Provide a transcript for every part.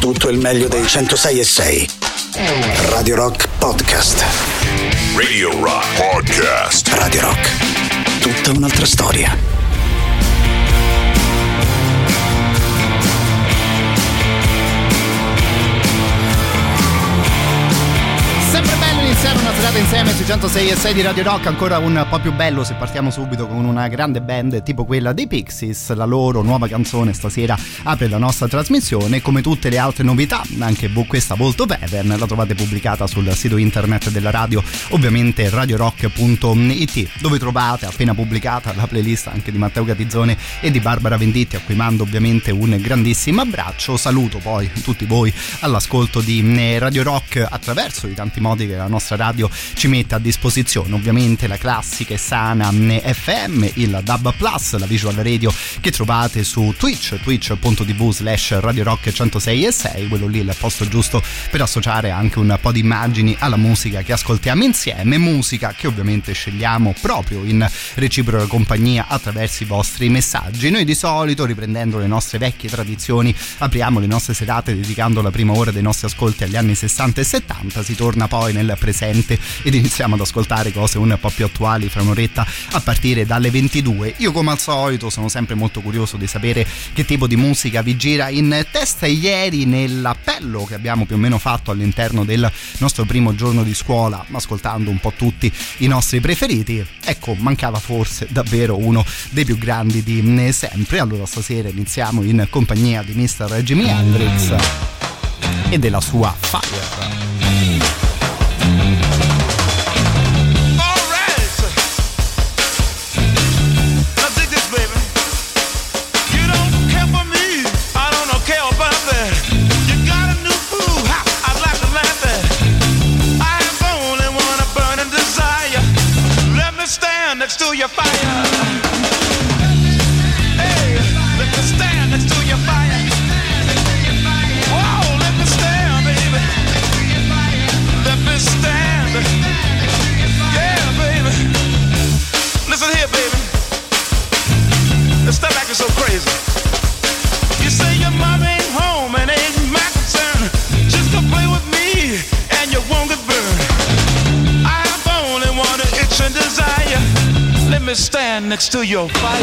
tutto il meglio dei 106.6. Radio Rock Podcast. Radio Rock Podcast. Radio Rock. Tutta un'altra storia. Iniziare una serata insieme sui 106.6 di Radio Rock, ancora un po' più bello se partiamo subito con una grande band tipo quella dei Pixies. La loro nuova canzone stasera apre la nostra trasmissione. Come tutte le altre novità, anche questa Vault of Heaven la trovate pubblicata sul sito internet della radio, ovviamente radiorock.it, dove trovate appena pubblicata la playlist anche di Matteo Catizzone e di Barbara Venditti, a cui mando ovviamente un grandissimo abbraccio. Saluto poi tutti voi all'ascolto di Radio Rock attraverso i tanti modi che la nostra radio ci mette a disposizione, ovviamente la classica e sana FM, il DAB+, la Visual Radio che trovate su twitch.tv/Radio Rock 106.6, quello lì è il posto giusto per associare anche un po' di immagini alla musica che ascoltiamo insieme, musica che ovviamente scegliamo proprio in reciproca compagnia attraverso i vostri messaggi. Noi di solito, riprendendo le nostre vecchie tradizioni, apriamo le nostre serate dedicando la prima ora dei nostri ascolti agli anni 60 e 70, si torna poi nel presente ed iniziamo ad ascoltare cose un po' più attuali fra un'oretta a partire dalle 22. Io come al solito sono sempre molto curioso di sapere che tipo di musica vi gira in testa. Ieri, nell'appello che abbiamo più o meno fatto all'interno del nostro primo giorno di scuola, ascoltando un po' tutti i nostri preferiti, ecco, mancava forse davvero uno dei più grandi di sempre. Allora stasera iniziamo in compagnia di Mr. Jimi Hendrix e della sua Fire. Next to your fire. Hey, let me stand next to your fire. Whoa, let me stand, baby. Let me stand. Yeah, baby. Listen here, baby. Let's step back, you're so crazy. You say your mom ain't home and ain't my concern. Just come play with me and you won't get burned. I've only one itch and desire. Let me stand next to your fire.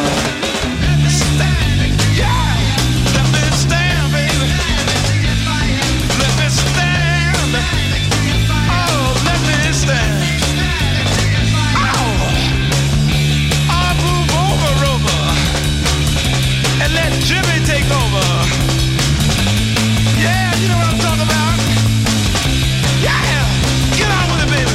Stand, yeah. Let me stand, baby. Let me stand. Oh, let me stand. Oh, I'll move over, and let Jimmy take over. Yeah, you know what I'm talking about. Yeah, get on with it, baby.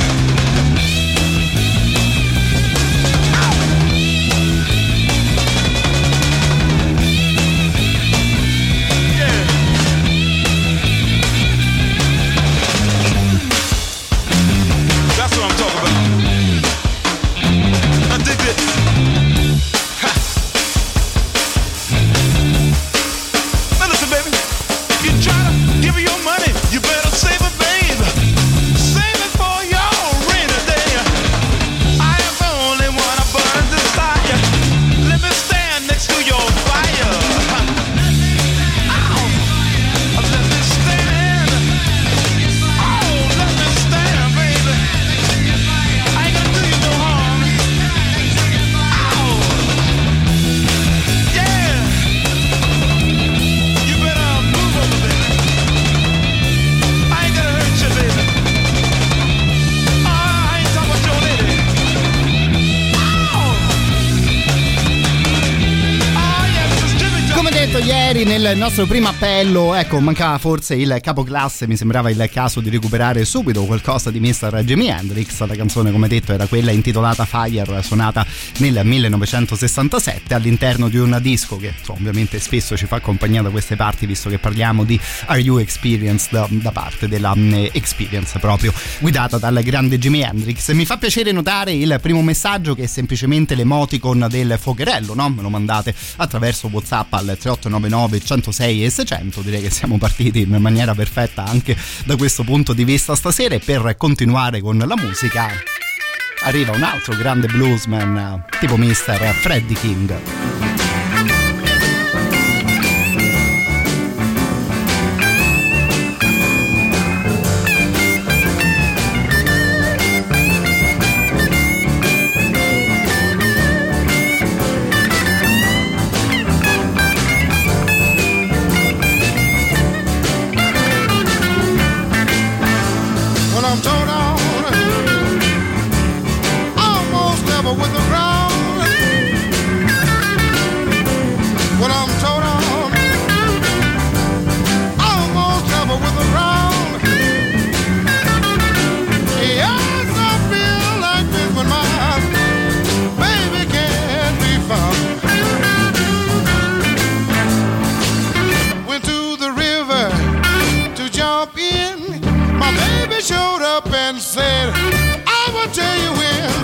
Nel nostro primo appello, ecco, mancava forse il capoclasse, mi sembrava il caso di recuperare subito qualcosa di Mr. Jimi Hendrix. La canzone, come detto, era quella intitolata Fire, suonata nel 1967 all'interno di un disco che ovviamente spesso ci fa accompagnare da queste parti, visto che parliamo di Are You Experienced, da parte della Experience, proprio guidata dal grande Jimi Hendrix. Mi fa piacere notare il primo messaggio, che è semplicemente l'emoticon del fuocherello, no? Me lo mandate attraverso WhatsApp al 3899 106 e 600. Direi che siamo partiti in maniera perfetta anche da questo punto di vista stasera. E per continuare con la musica arriva un altro grande bluesman tipo Mr. Freddie King.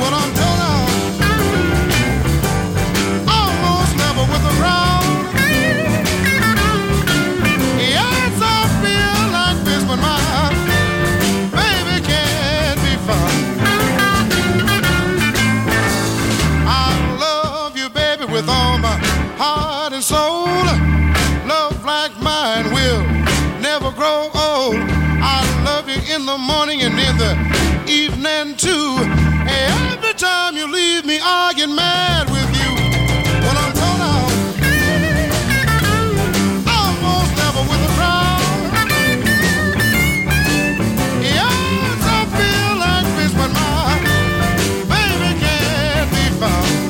In the morning and in the evening too. Every time you leave me, I get mad with you. When I'm torn out, almost level with the ground. Yes, I feel like fish, but my baby can't be found.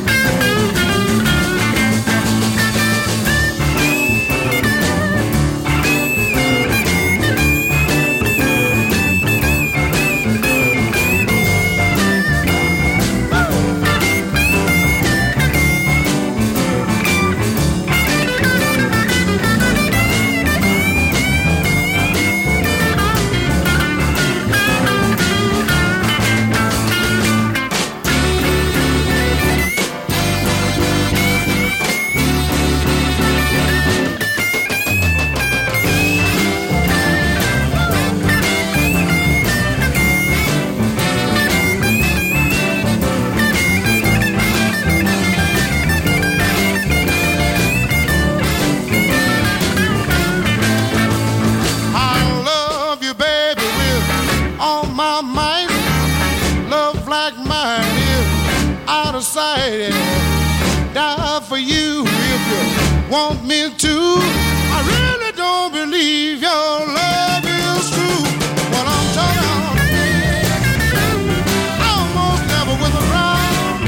Die for you if you want me to. I really don't believe your love is true. What I'm talking almost never with a ground.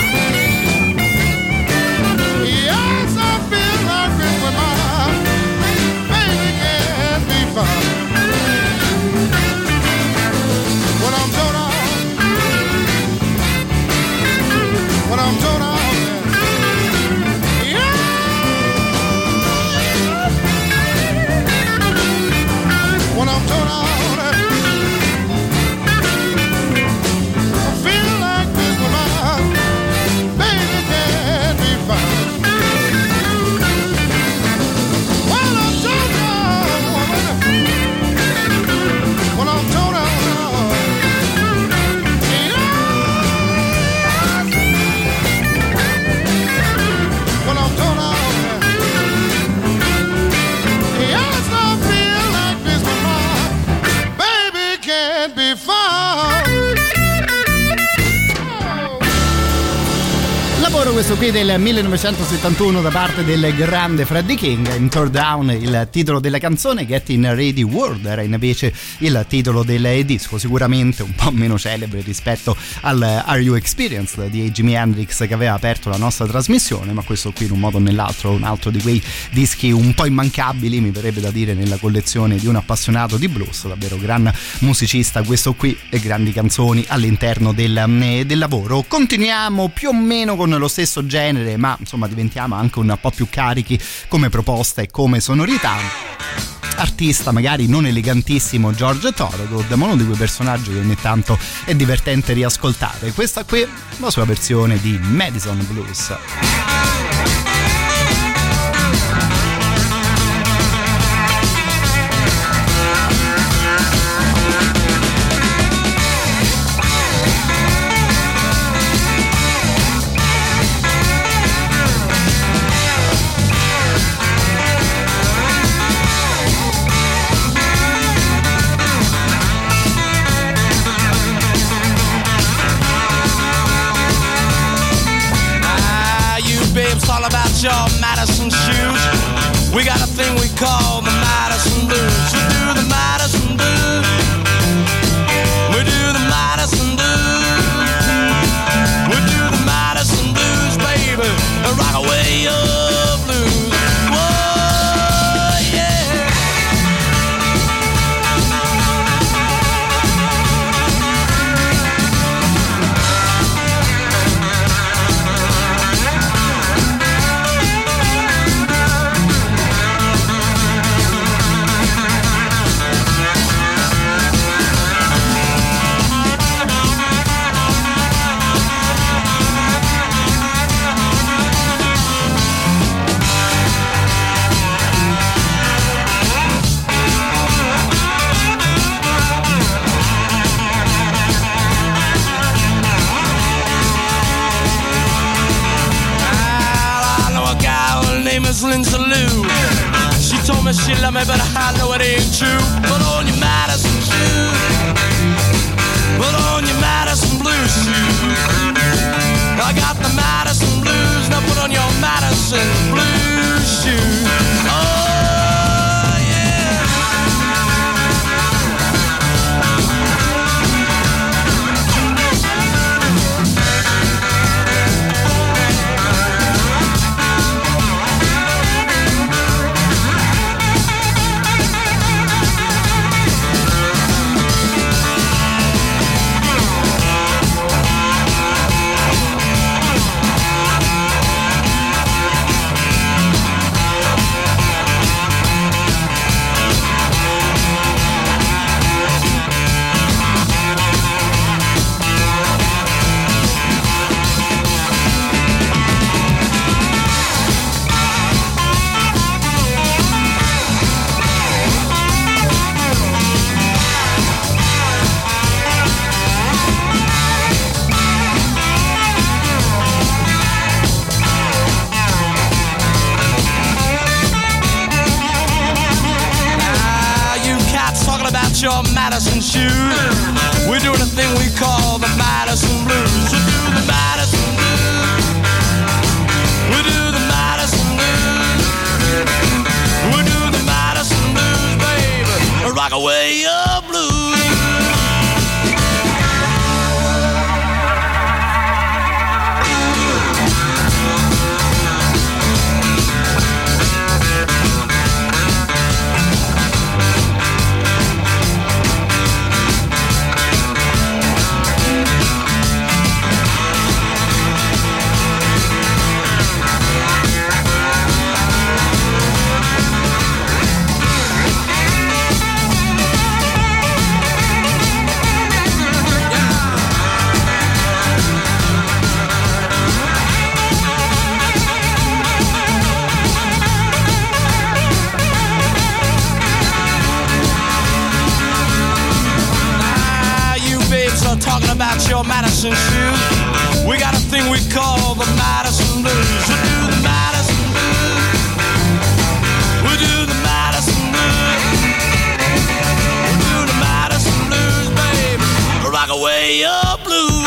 Yes, I feel like it when my baby can't be found. What I'm talking, what I'm talking. When I'm torn out, I feel like this when my baby can't be found. When I'm torn out, when I'm torn out, when I'm torn out. Lavoro questo qui del 1971 da parte del grande Freddie King, in Turn Down il titolo della canzone, Getting Ready World era invece il titolo del disco, sicuramente un po' meno celebre rispetto al Are You Experienced di Jimi Hendrix che aveva aperto la nostra trasmissione, ma questo qui in un modo o nell'altro un altro di quei dischi un po' immancabili, mi verrebbe da dire, nella collezione di un appassionato di blues, davvero gran musicista questo qui e grandi canzoni all'interno del lavoro. Continuiamo più o meno con lo stesso genere, ma insomma diventiamo anche un po' più carichi come proposta e come sonorità. Artista magari non elegantissimo George Thorogood, ma uno di quei personaggi che ogni tanto è divertente riascoltare. Questa qui è la sua versione di Madison Blues. It's all about your Madison shoes. We got a thing we call the Madison Blues. We do the Madison Blues. We do the Madison Blues. We do the Madison Blues, baby. Rock away your blues. Whoa, yeah. me she love me, but I know it ain't true. Put on your Madison shoes. Put on your Madison blue shoes. I got the Madison blues. Now put on your Madison blue shoes. Oh, yeah. Your Madison shoes. We're doing a thing we call the Madison blues. We do the Madison blues. We do the Madison blues. We do the Madison blues, baby. Rock away your blues. Talking about your Madison shoes. We got a thing we call the Madison blues. We do the Madison blues. We do the Madison blues. We do the Madison blues, baby. Rock away your blues.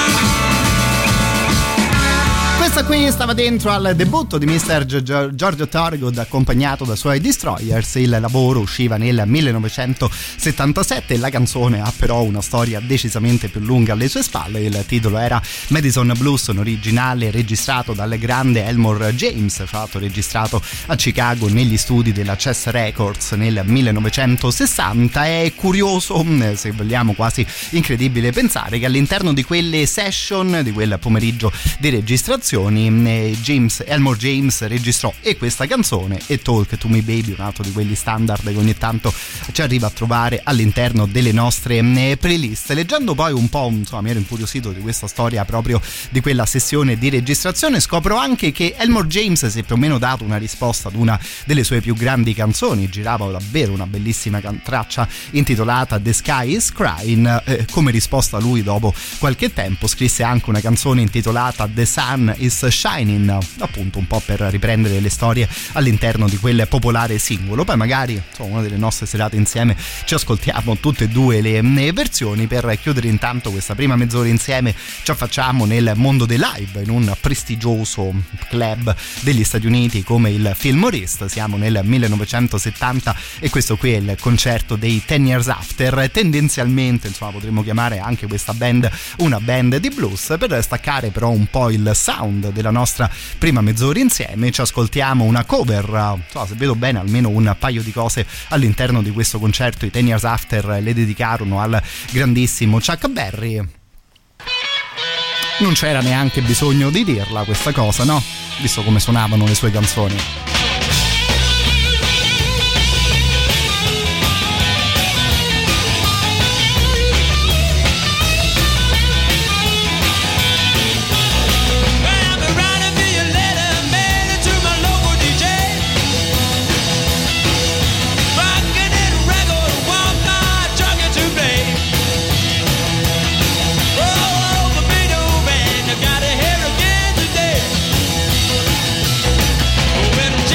Questa qui stava dentro al debutto di Mr. Giorgio Thorogood, accompagnato da suoi Destroyers. Il lavoro usciva nel 1977 e la canzone ha però una storia decisamente più lunga alle sue spalle. Il titolo era Madison Blues, un originale registrato dal grande Elmore James, tra l'altro registrato a Chicago negli studi della Chess Records nel 1960. È curioso, se vogliamo quasi incredibile, pensare che all'interno di quelle session, di quel pomeriggio di registrazione, Elmore James registrò e questa canzone e Talk to Me Baby, un altro di quegli standard che ogni tanto ci arriva a trovare all'interno delle nostre playlist. Leggendo poi un po', insomma, mi ero incuriosito di questa storia proprio di quella sessione di registrazione, scopro anche che Elmore James si è più o meno dato una risposta ad una delle sue più grandi canzoni. Girava davvero una bellissima traccia intitolata The Sky is Crying. Come risposta lui, dopo qualche tempo, scrisse anche una canzone intitolata The Sun is Shining, appunto un po' per riprendere le storie all'interno di quel popolare singolo. Poi magari, insomma, una delle nostre serate insieme ci ascoltiamo tutte e due le versioni. Per chiudere intanto questa prima mezz'ora insieme ci affacciamo nel mondo dei live, in un prestigioso club degli Stati Uniti come il Fillmore East. Siamo nel 1970 e questo qui è il concerto dei 10 Years After. Tendenzialmente, insomma, potremmo chiamare anche questa band una band di blues. Per staccare però un po' il sound della nostra prima mezz'ora insieme, ci ascoltiamo una cover, se vedo bene almeno un paio di cose all'interno di questo concerto. I 10 Years After le dedicarono al grandissimo Chuck Berry. Non c'era neanche bisogno di dirla questa cosa, no? Visto come suonavano le sue canzoni. When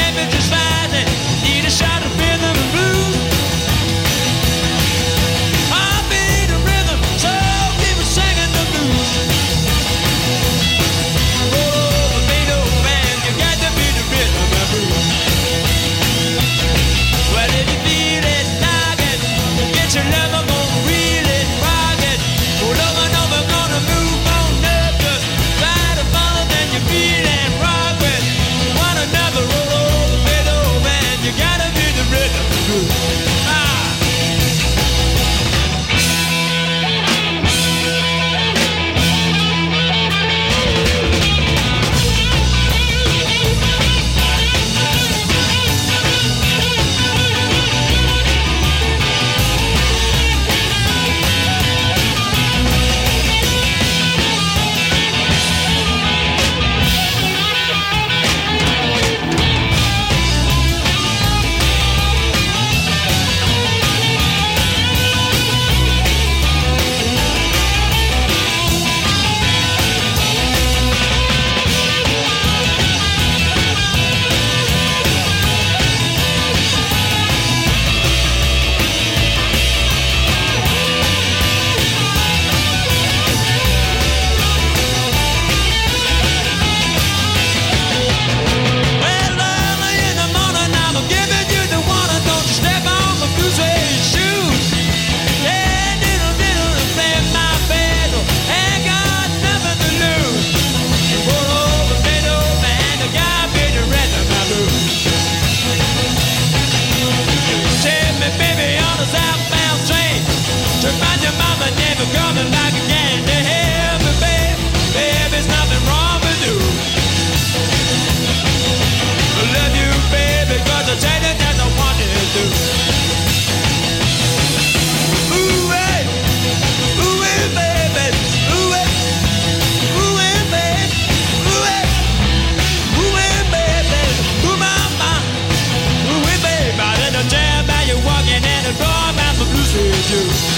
you.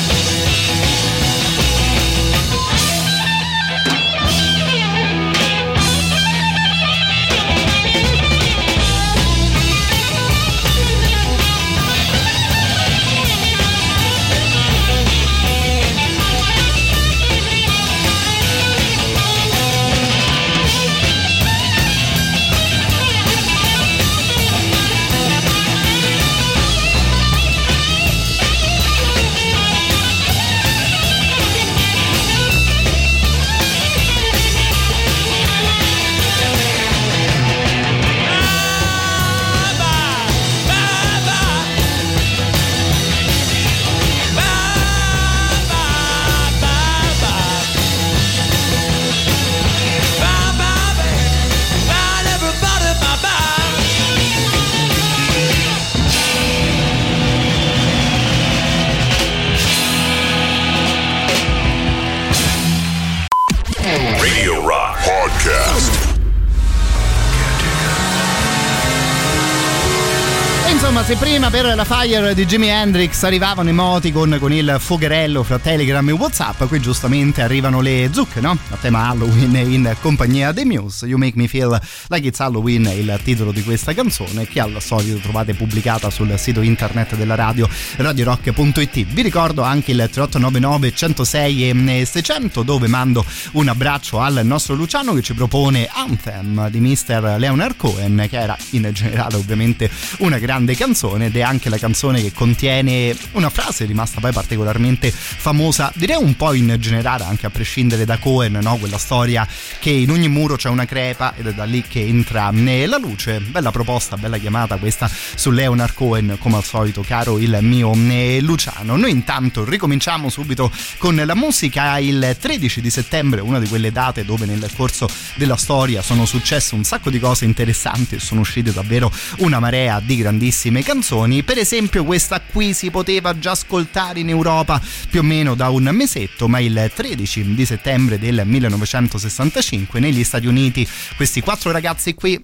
Se prima per la Fire di Jimi Hendrix arrivavano emoticon con il fuocherello fra Telegram e WhatsApp, qui giustamente arrivano le zucche, no? A tema Halloween in compagnia dei Muse. You Make Me Feel Like It's Halloween è il titolo di questa canzone, che al solito trovate pubblicata sul sito internet della radio, radiorock.it. Vi ricordo anche il 3899 106 e 600, dove mando un abbraccio al nostro Luciano che ci propone Anthem di Mr. Leonard Cohen, che era in generale ovviamente una grande canzone, ed è anche la canzone che contiene una frase rimasta poi particolarmente famosa, direi un po' in generale, anche a prescindere da Cohen, no? Quella storia che in ogni muro c'è una crepa ed è da lì che entra la luce. Bella proposta, bella chiamata questa su Leonard Cohen, come al solito, caro il mio Luciano. Noi intanto ricominciamo subito con la musica. Il 13 di settembre, una di quelle date dove nel corso della storia sono successe un sacco di cose interessanti e sono uscite davvero una marea di grandissime canzoni. Per esempio questa qui si poteva già ascoltare in Europa più o meno da un mesetto, ma il 13 di settembre del 1965 negli Stati Uniti questi 4 ragazzi qui,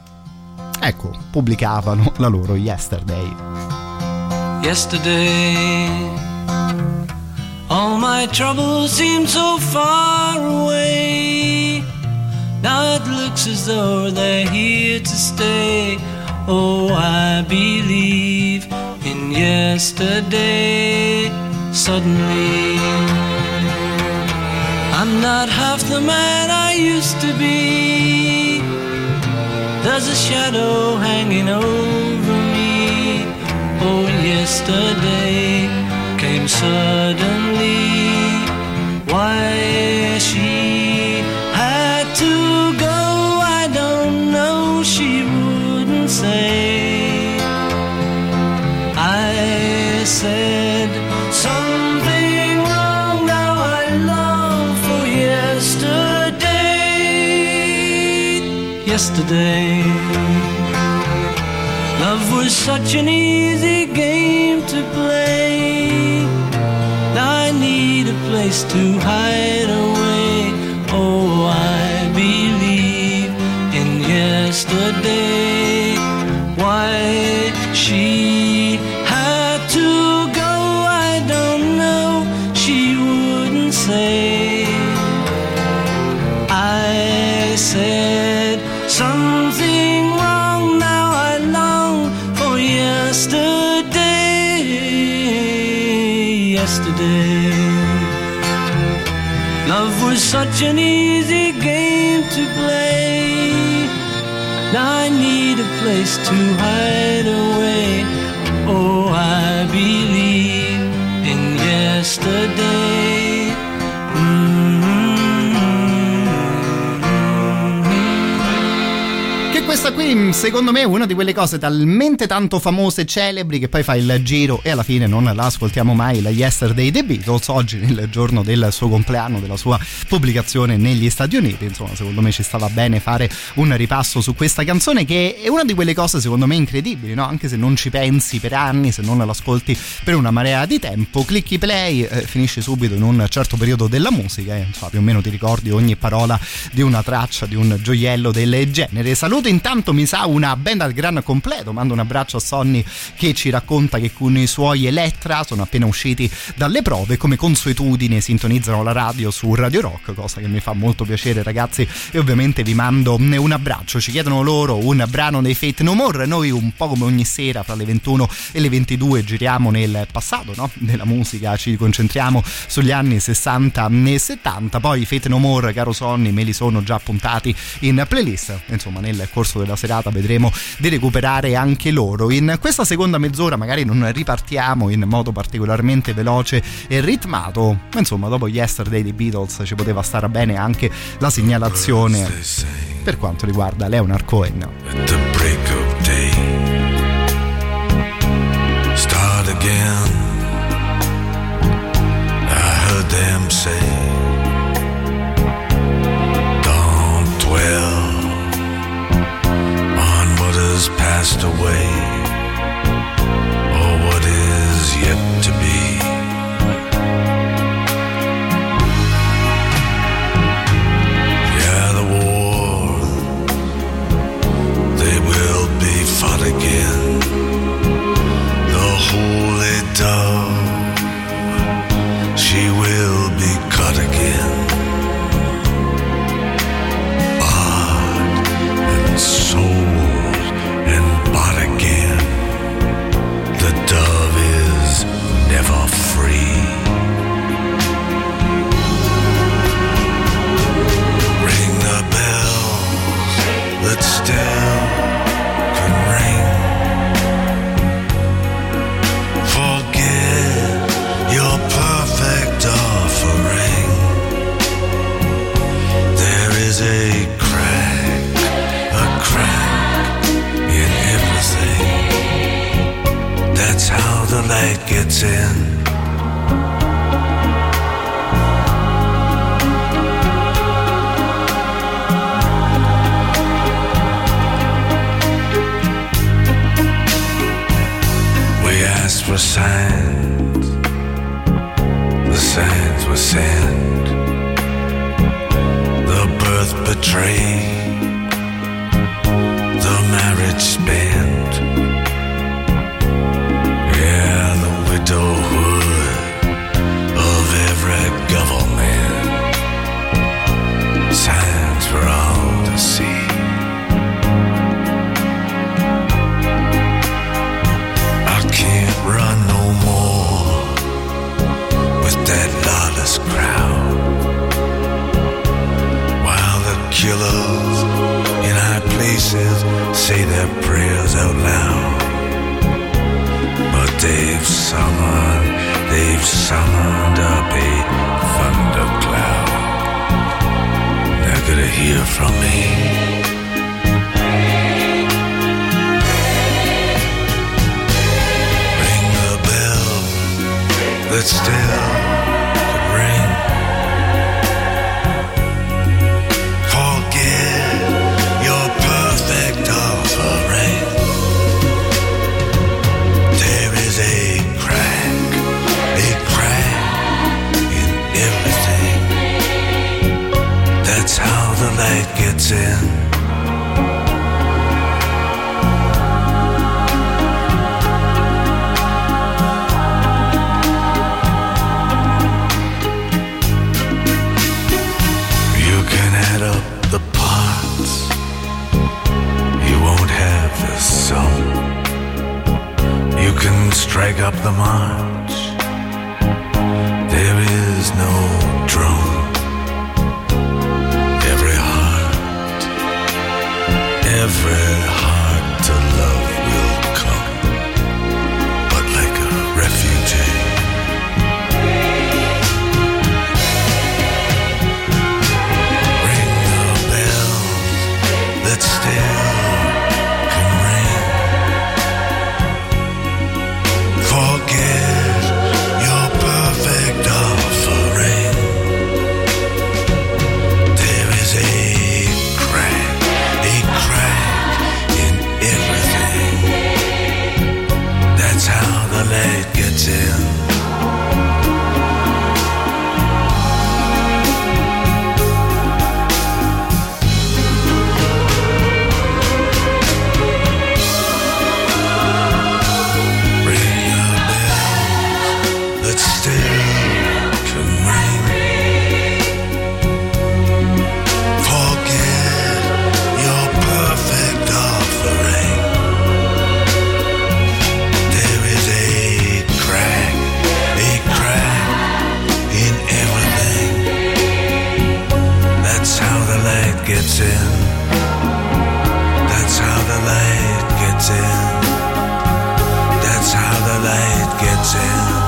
ecco, pubblicavano la loro Yesterday. Yesterday, all my troubles seem so far away. Now it looks as though they're here to stay. Oh, I believe in yesterday. Suddenly, I'm not half the man I used to be. There's a shadow hanging over me. Oh, yesterday came suddenly. Why she had to go, I don't know. She wouldn't say. I said something wrong, now I long for yesterday. Yesterday, love was such an easy game to play. Now I need a place to hide away. Oh, I believe in yesterday. Why she had to go, I don't know. She wouldn't say. I said something wrong, now I long for yesterday. Yesterday, love was such an easy game to play. Now I need a place to hide away. Oh, I believe in yesterday. Che questa qui secondo me è una di quelle cose talmente tanto famose e celebri che poi fa il giro e alla fine non la ascoltiamo mai, la Yesterday dei Beatles, oggi nel giorno del suo compleanno, della sua pubblicazione negli Stati Uniti. Insomma, secondo me ci stava bene fare un ripasso su questa canzone, che è una di quelle cose secondo me incredibili, no? Anche se non ci pensi per anni, se non l'ascolti per una marea di tempo, clicchi play, finisci subito in un certo periodo della musica e insomma, più o meno ti ricordi ogni parola di una traccia, di un gioiello del genere. Saluto intanto quanto mi sa una band al gran completo. Mando un abbraccio a Sonny che ci racconta che con i suoi Elettra sono appena usciti dalle prove, come consuetudine sintonizzano la radio su Radio Rock, cosa che mi fa molto piacere, ragazzi, e ovviamente vi mando un abbraccio. Ci chiedono loro un brano dei Faith No More. Noi un po' come ogni sera fra le 21 e le 22 giriamo nel passato, no? Della musica, ci concentriamo sugli anni 60 e 70. Poi Faith No More, caro Sonny, me li sono già puntati in playlist, insomma nel corso della serata vedremo di recuperare anche loro. In questa seconda mezz'ora magari non ripartiamo in modo particolarmente veloce e ritmato, ma insomma dopo Yesterday dei Beatles ci poteva stare bene anche la segnalazione per quanto riguarda Leonard Cohen. At the break of day, start again. I heard them say, don't dwell on what has passed away or what is yet to be. Fought again, the holy dove, she will be cut again, bought and sold and bought again. The dove is never free. Ring the bells that still a crack in everything. That's how the light gets in. We asked for signs, the signs were sent. Betrayed, the marriage spent, yeah, the widowhood of every government. Signs for all to see. I can't run no more with that lawless crowd. Killers in high places say their prayers out loud, but they've summoned up a thundercloud. They're gonna hear from me. Ring the bell that still could ring. How the light gets in. You can add up the parts, you won't have the sum. You can strike up the march, there is no drum. gets in. That's how the light gets in. That's how the light gets in.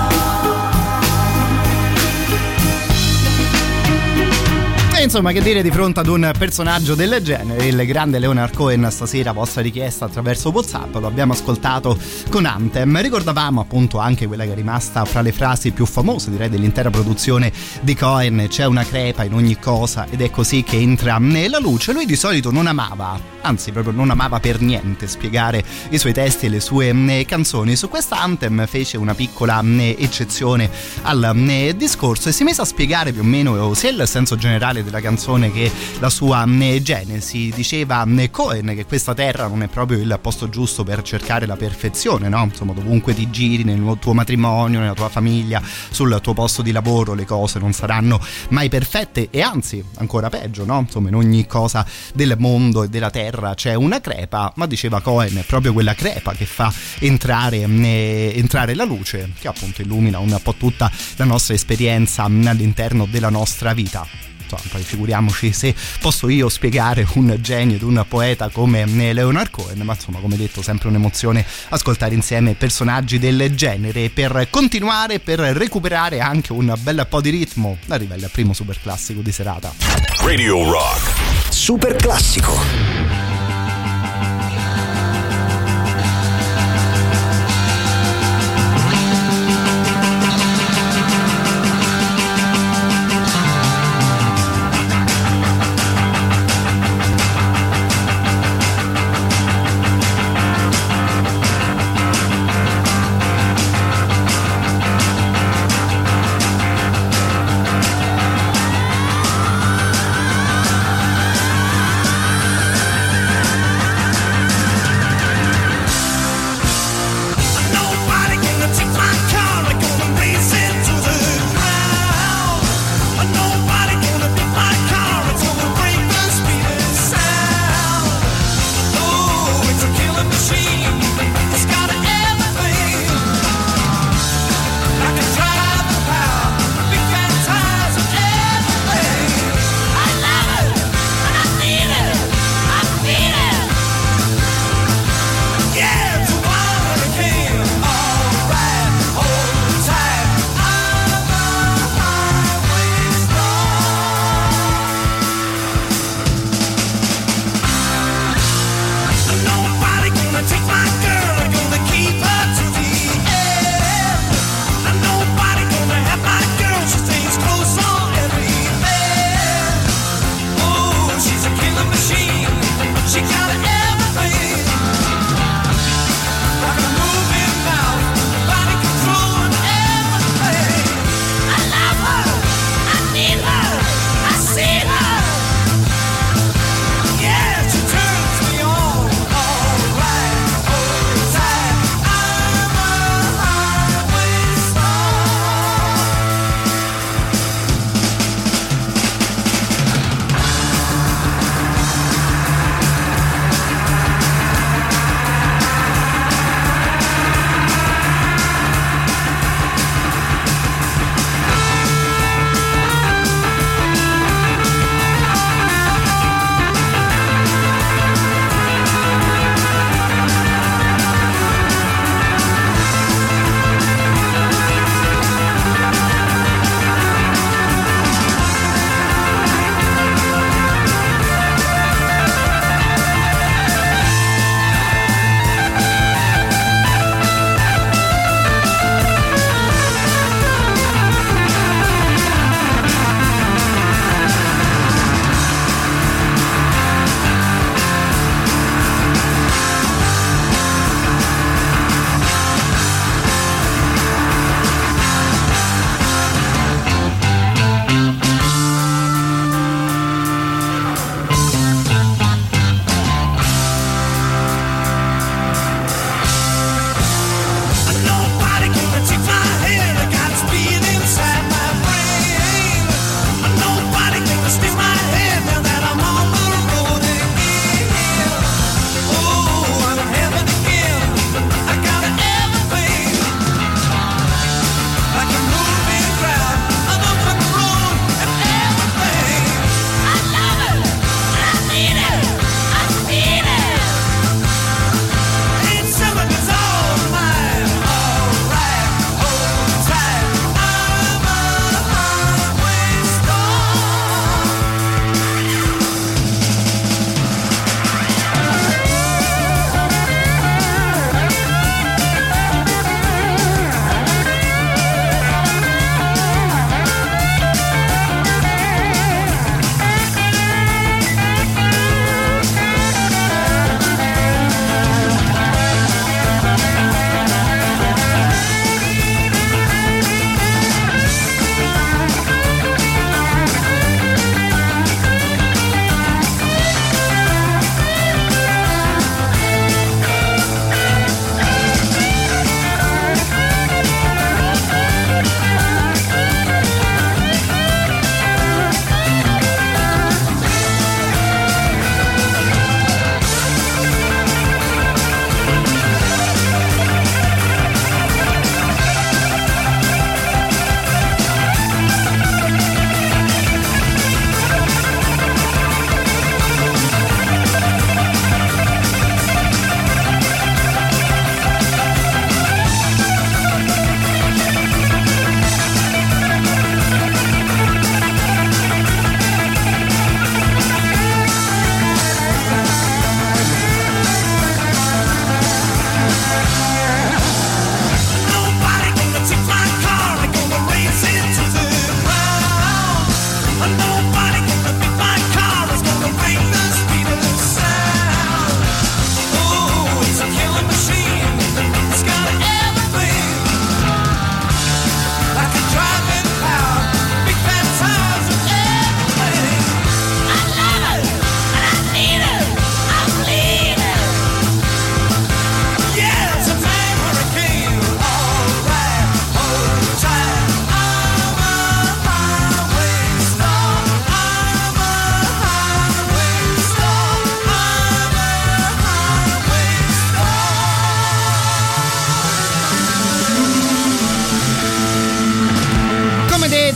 Insomma, che dire di fronte ad un personaggio del genere, il grande Leonard Cohen. Stasera vostra richiesta attraverso WhatsApp, lo abbiamo ascoltato con Anthem. Ricordavamo appunto anche quella che è rimasta fra le frasi più famose, direi, dell'intera produzione di Cohen: c'è una crepa in ogni cosa ed è così che entra la luce. Lui di solito non amava, anzi proprio non amava per niente spiegare i suoi testi e le sue canzoni. Su questa Anthem fece una piccola eccezione al discorso e si mise a spiegare più o meno sia il senso generale della canzone che la sua genesi. Diceva Cohen che questa terra non è proprio il posto giusto per cercare la perfezione, no? Insomma, dovunque ti giri, nel tuo matrimonio, nella tua famiglia, sul tuo posto di lavoro, le cose non saranno mai perfette e anzi ancora peggio, no? Insomma, in ogni cosa del mondo e della terra c'è una crepa, ma diceva Cohen è proprio quella crepa che fa entrare la luce, che appunto illumina un po' tutta la nostra esperienza all'interno della nostra vita. Poi figuriamoci se posso io spiegare un genio ed un poeta come Leonard Cohen, ma insomma, come detto, sempre un'emozione ascoltare insieme personaggi del genere. Per continuare, per recuperare anche un bel po' di ritmo, arriva il primo super classico di serata. Radio Rock Super classico.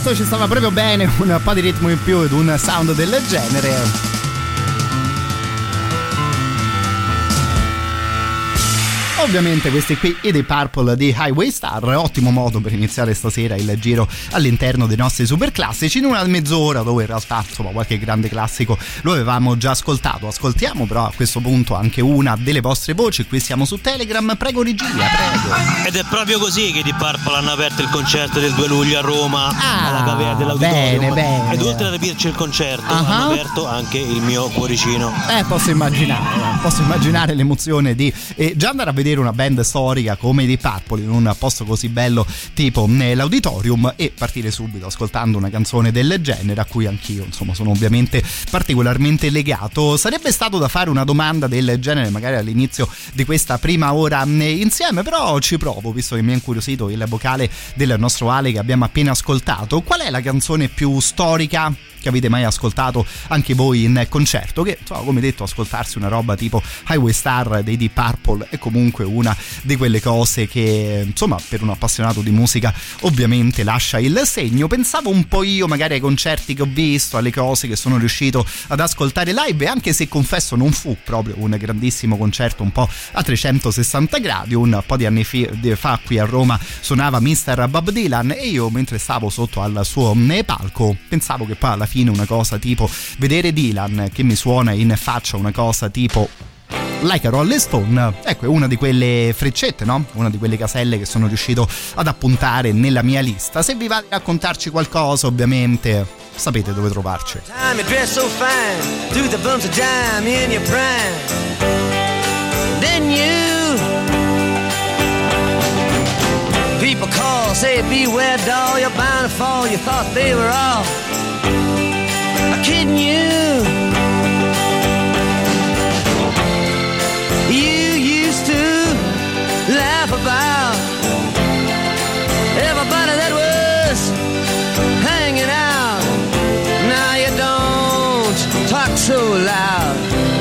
Esatto, ci stava proprio bene un po' di ritmo in più ed un sound del genere. Ovviamente questi qui i Deep Purple di Highway Star, ottimo modo per iniziare stasera il giro all'interno dei nostri super classici in una mezz'ora dove in realtà insomma qualche grande classico lo avevamo già ascoltato. Ascoltiamo però a questo punto anche una delle vostre voci, qui siamo su Telegram, prego regia, prego. Ed è proprio così che i Deep Purple hanno aperto il concerto del 2 luglio a Roma, alla Cavea dell'Auditorium. Bene. Ed oltre ad aprirci il concerto hanno aperto anche il mio cuoricino. Posso immaginare l'emozione di già andare a vedere una band storica come i Deep Purple in un posto così bello tipo l'Auditorium e partire subito ascoltando una canzone del genere a cui anch'io insomma sono ovviamente particolarmente legato. Sarebbe stato da fare una domanda del genere magari all'inizio di questa prima ora insieme, però ci provo visto che mi ha incuriosito il vocale del nostro Ale che abbiamo appena ascoltato. Qual è la canzone più storica che avete mai ascoltato anche voi in concerto? Che insomma, come detto, ascoltarsi una roba tipo Highway Star dei Deep Purple è comunque una di quelle cose che insomma per un appassionato di musica ovviamente lascia il segno. Pensavo un po' io magari ai concerti che ho visto, alle cose che sono riuscito ad ascoltare live, e anche se confesso non fu proprio un grandissimo concerto un po' a 360 gradi, un po' di anni fa qui a Roma suonava Mr. Bob Dylan e io mentre stavo sotto al suo palco pensavo che poi alla fine una cosa tipo vedere Dylan che mi suona in faccia una cosa tipo Like a Rolling Stone, ecco, è una di quelle freccette, no? Una di quelle caselle che sono riuscito ad appuntare nella mia lista. Se vi va a raccontarci qualcosa, ovviamente sapete dove trovarci. People call, say beware doll, you're bound to fall. You thought they were all kidding you. You used to laugh about everybody that was hanging out. Now you don't talk so loud.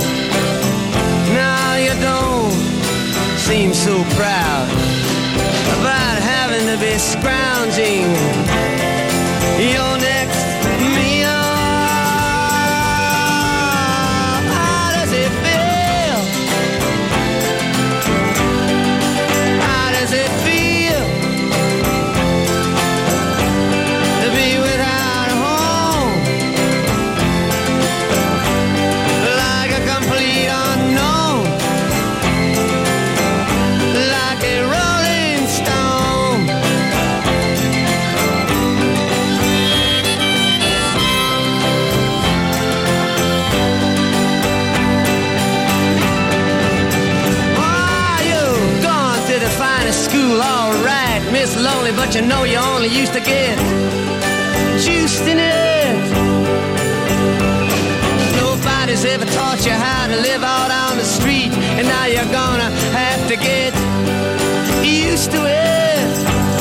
Now you don't seem so proud about having to be scrounging your next meal. How does it feel? How does it feel to be without a home? Like a complete unknown, like a rolling stone. Oh, you've gone to the finest school, all right, Miss Lonely, but you know you only used to get juiced in it. Nobody's ever taught you how to live out on the street, and now you're gonna have to get used to it.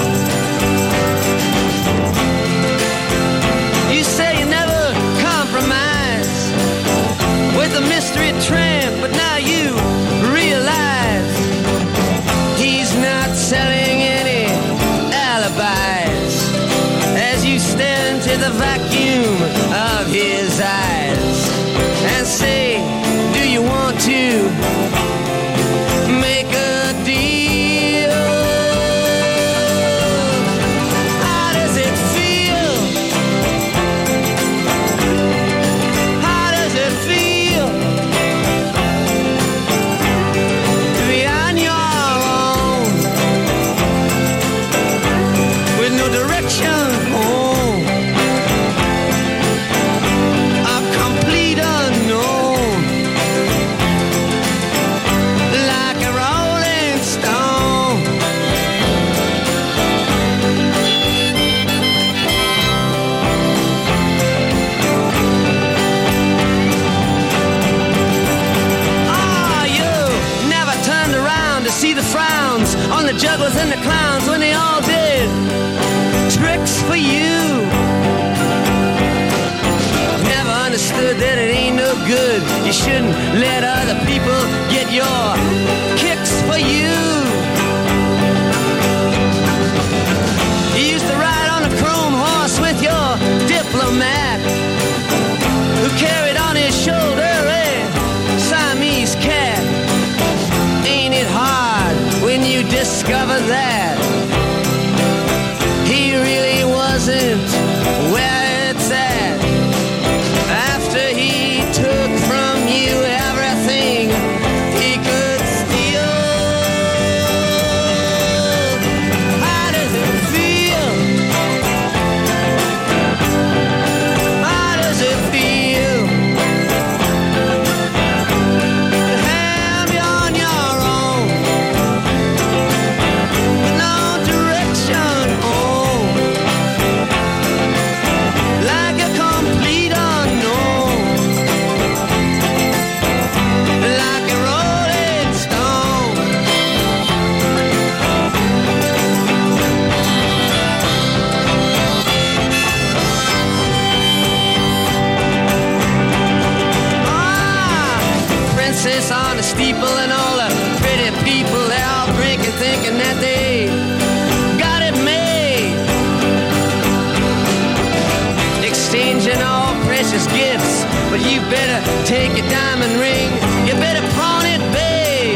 You say you never compromise with a mystery tramp, but now you realize he's not selling any alibis as you stare into the vacuum of his eyes and say, do you want to make a deal? How does it feel? How does it feel to be on your own with no direction home? A complete unknown, like a rolling stone. Oh, you never turned around to see the frowns on the jugglers and the clowns when they all did tricks for you. Never understood that it ain't no good. You shouldn't let other people get your kicks for you. You used to ride on a chrome horse with your wasn't where it's at. After he took from you everything he could steal. How does it feel? How does it feel to have you on your own with no direction home, like a complete unknown, like a rolling stone? Princess on the steeple and all the pretty people, they're all drinking, thinking that they got it made, exchanging all precious gifts. But you better take your diamond ring, you better pawn it, babe.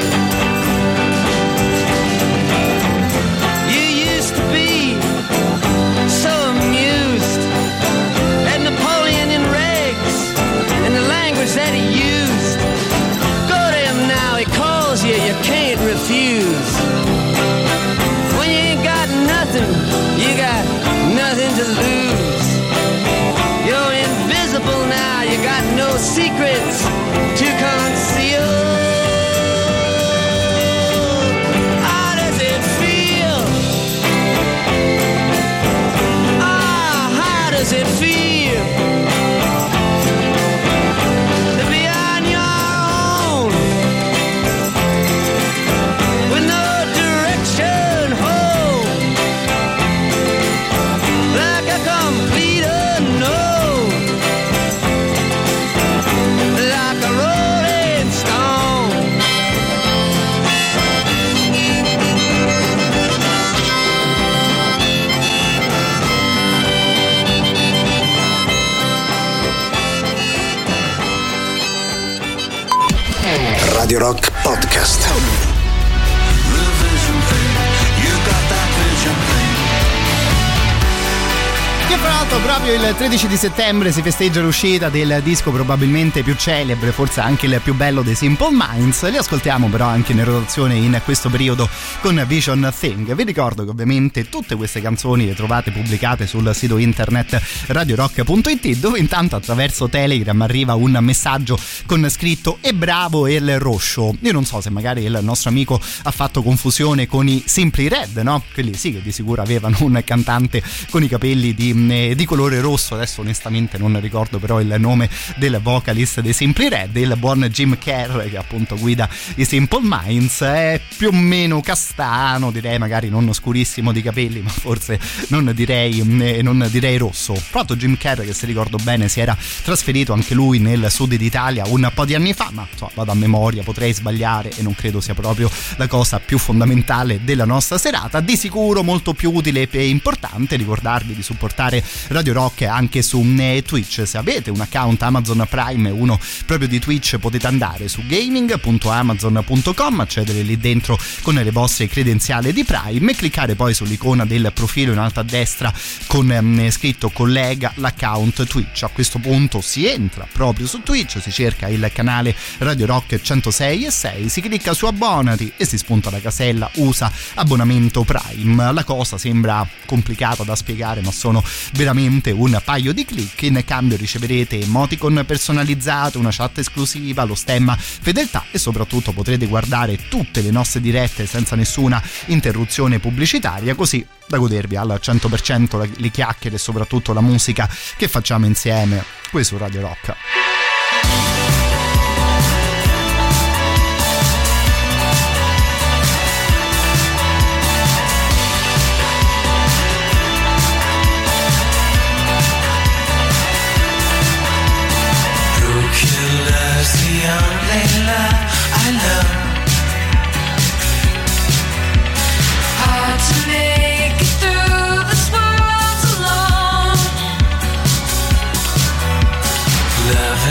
You used to be so amused at Napoleon in rags and the language that he used. Go to him now, he calls you, you can't refuse. When you ain't got nothing, you got nothing to lose. You're invisible now, you got no secrets to conceal. How does it feel? Ah, how does it feel to be on your own with no direction home, like a complete unknown, like a rolling stone? Radio Rock Podcast. Che fra l'altro proprio il 13 di settembre si festeggia l'uscita del disco probabilmente più celebre, forse anche il più bello dei Simple Minds. Li ascoltiamo però anche in rotazione in questo periodo con Vision Thing. Vi ricordo che ovviamente tutte queste canzoni le trovate pubblicate sul sito internet radiorock.it, dove intanto attraverso Telegram arriva un messaggio con scritto "E bravo il Roscio". Io non so se magari il nostro amico ha fatto confusione con i Simply Red, no? Quelli sì che di sicuro avevano un cantante con i capelli di colore rosso. Adesso onestamente non ricordo però il nome del vocalist dei Simply Red. Il buon Jim Kerr, che appunto guida i Simple Minds, è più o meno castano, direi, magari non scurissimo di capelli, ma forse non direi rosso. Tra l'altro Jim Kerr, che se ricordo bene si era trasferito anche lui nel sud d'Italia un po' di anni fa, ma insomma, vado a memoria, potrei sbagliare e non credo sia proprio la cosa più fondamentale della nostra serata. Di sicuro molto più utile e importante ricordarvi di supportare Radio Rock anche su Twitch. Se avete un account Amazon Prime, uno proprio di Twitch, potete andare su gaming.amazon.com, accedere lì dentro con le vostre credenziali di Prime e cliccare poi sull'icona del profilo in alto a destra con scritto collega l'account Twitch. A questo punto si entra proprio su Twitch, si cerca il canale Radio Rock 106.6, si clicca su abbonati e si spunta la casella usa abbonamento Prime. La cosa sembra complicata da spiegare, ma sono veramente un paio di click. In cambio riceverete emoticon personalizzate, una chat esclusiva, lo stemma fedeltà e soprattutto potrete guardare tutte le nostre dirette senza nessuna interruzione pubblicitaria, così da godervi al 100% le chiacchiere e soprattutto la musica che facciamo insieme qui su Radio Rock. The only love I love. Hard to make it through this world alone. Love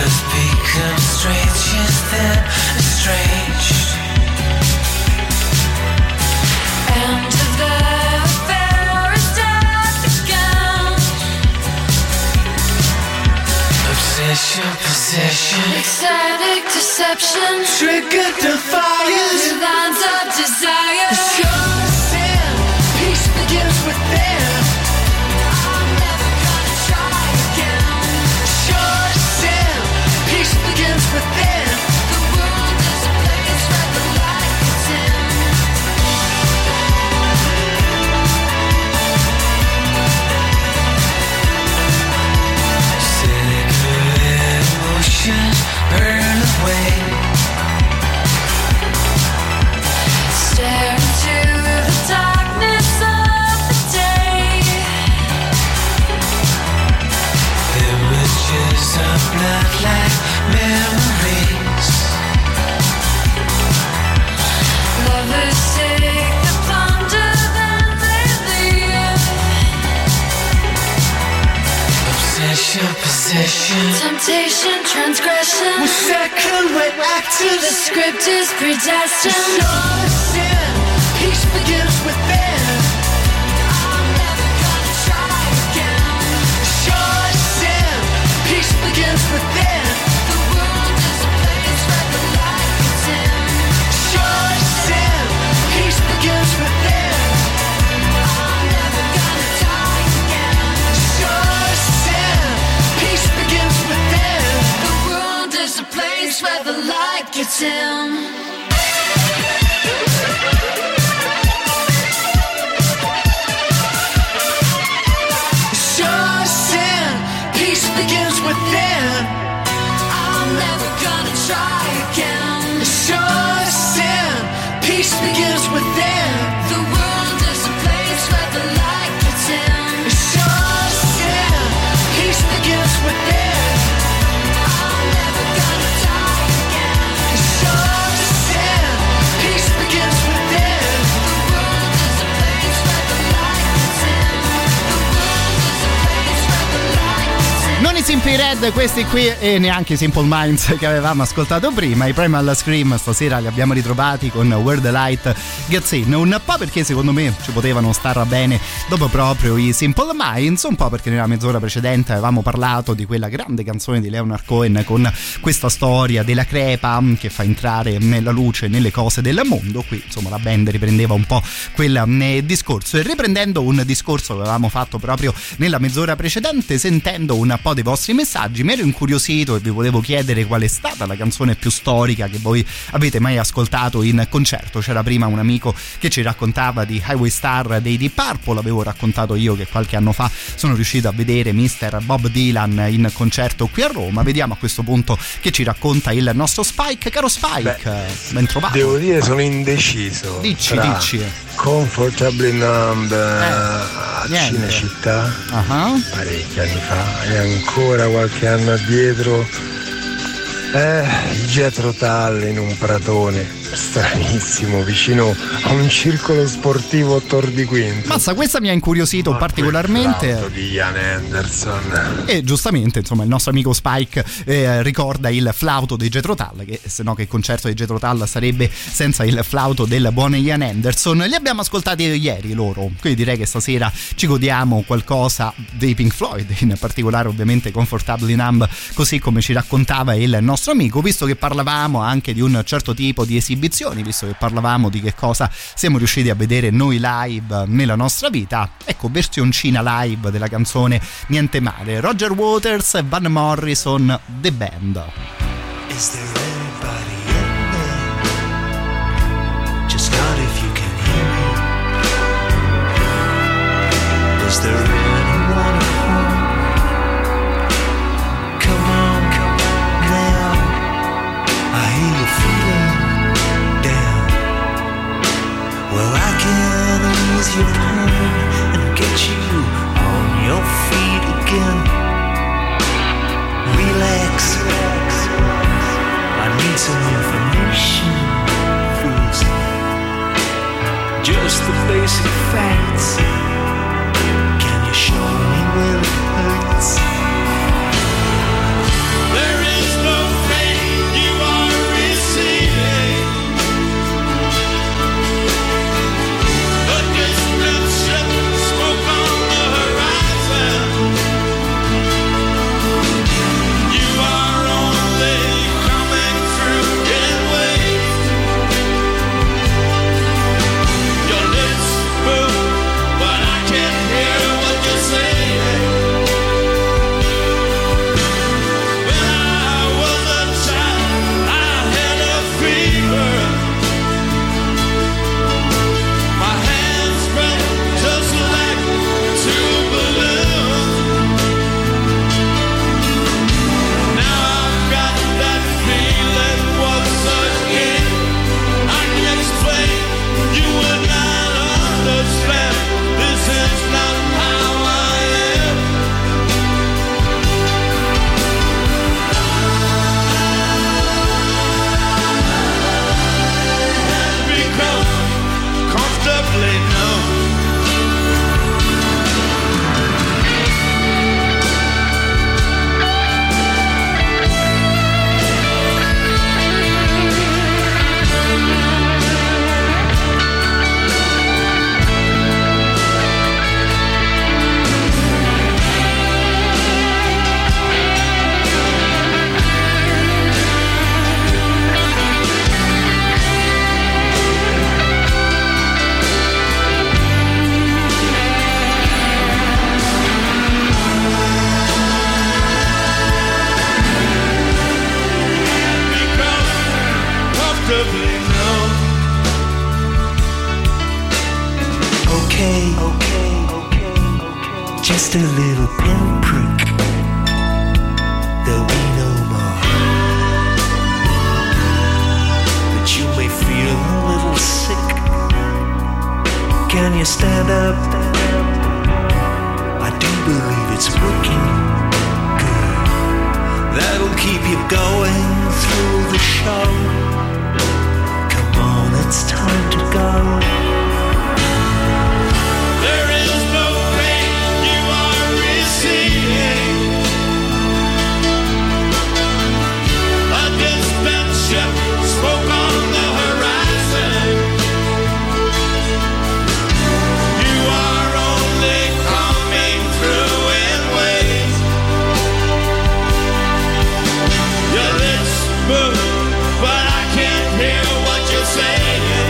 Obsession, possession, ecstatic deception, trigger defiance, lines of desire. Sure sin, peace begins within. I'm never gonna try again. Sure sin, peace begins within. The world is a place where the light gets in. Cigarette oceans burn away. Stare into the darkness of the day. Images of blood like memories. Lovers take the plunder, then they leave. Obsession, possession, Temptation, transgression. second way actors. The script is predestined. Sure sin, peace begins within. I'm never gonna try again. Sure sin, peace begins within. The world is a place where the light gets in. Sure sin, peace begins within. I'm never gonna die again. Sure sin, peace begins within. The world is a place where the light gets in. Sure sin, peace begins within. I'm never gonna try again. Sure sin, peace begins within. The world is a place where the light gets in. Sure sin, peace begins within. I'm never gonna die again. Sure sin, peace begins within. The world is a place where the light gets in. The world is a place where the light gets in. Non i Simply Red questi qui e neanche i Simple Minds che avevamo ascoltato prima. I Primal Scream stasera li abbiamo ritrovati con Where the Light Gets In, un po' perché secondo me ci potevano star bene dopo proprio i Simple Minds, un po' perché nella mezz'ora precedente avevamo parlato di quella grande canzone di Leonard Cohen con questa storia della crepa che fa entrare nella luce nelle cose del mondo. Qui insomma la band riprendeva un po' quel discorso, e riprendendo un discorso che avevamo fatto proprio nella mezz'ora precedente, sentendo un po' dei vostri messaggi, mi ero incuriosito e vi volevo chiedere qual è stata la canzone più storica che voi avete mai ascoltato in concerto. C'era prima un amico che ci raccontava di Highway Star dei Deep Purple, avevo raccontato io che qualche anno fa sono riuscito a vedere Mr. Bob Dylan in concerto qui a Roma. Vediamo a questo punto che ci racconta il nostro Spike. Caro Spike, ben trovato. Devo dire sono indeciso. Dici. Comfortably Numb a Cinecittà parecchi anni fa e ancora qualche anno addietro Jethro Tull in un pratone stranissimo vicino a un circolo sportivo Tor di Quinto. Mazza, questa mi ha incuriosito particolarmente. Di Ian Anderson. E giustamente, insomma, il nostro amico Spike ricorda il flauto di Jethro Tull, che se no che concerto di Jethro Tull sarebbe senza il flauto del buon Ian Anderson. Li abbiamo ascoltati ieri loro, quindi direi che stasera ci godiamo qualcosa dei Pink Floyd, in particolare ovviamente Comfortably Numb, così come ci raccontava il nostro amico, visto che parlavamo anche di un certo tipo di esibizioni, visto che parlavamo di che cosa siamo riusciti a vedere noi live nella nostra vita. Ecco, versioncina live della canzone Niente Male, Roger Waters e Van Morrison, The Band. Is there anybody in there? Just not if you can hear me. Is there anyone at home? Come on now. I hear you feeling down. Well, I can ease your pain and get you on your feet again. Relax. I need some information first. Just the basic facts. Can you show me where it hurts? There is no pain you are receiving. A distant ship, smoke on the horizon. You just a little pinprick. There'll be no more. But you may feel a little sick. Can you stand up? I do believe it's working good. That'll keep you going through the show. Come on, it's time to go. There is no pain you are receiving. A distant ship, smoke on the horizon. You are only coming through in waves. Your lips move, but I can't hear what you're saying.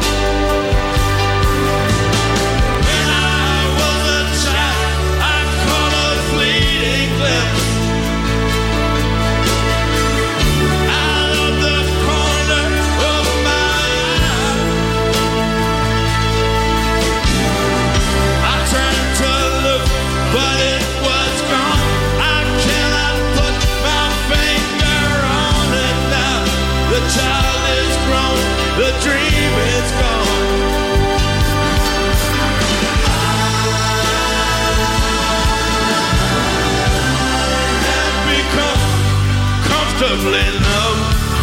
When I was a child, I caught a fleeting glimpse out of the corner of my eye. I turned to look, but it was gone. I cannot put my finger on it now. The child is grown, the dream is gone. I've become comfortably numb.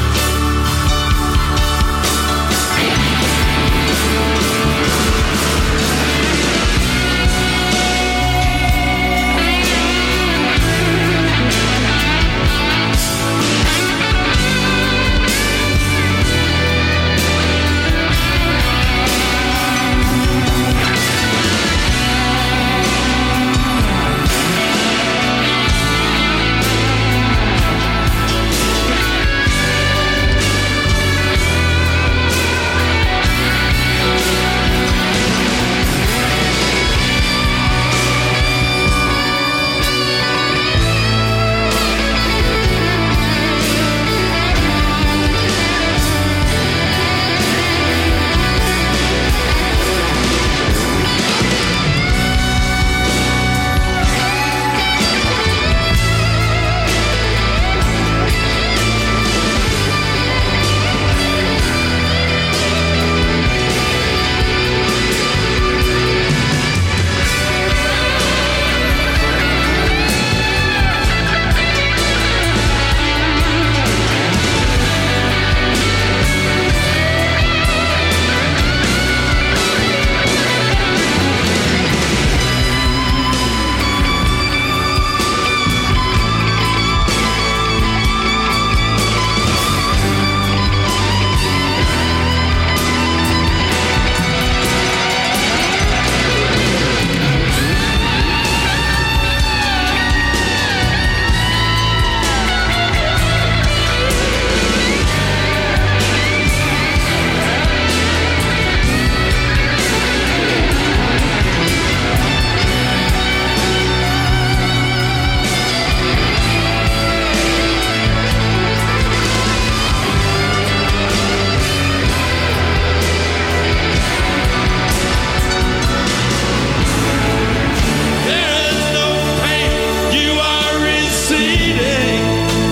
There is no pain you are receding.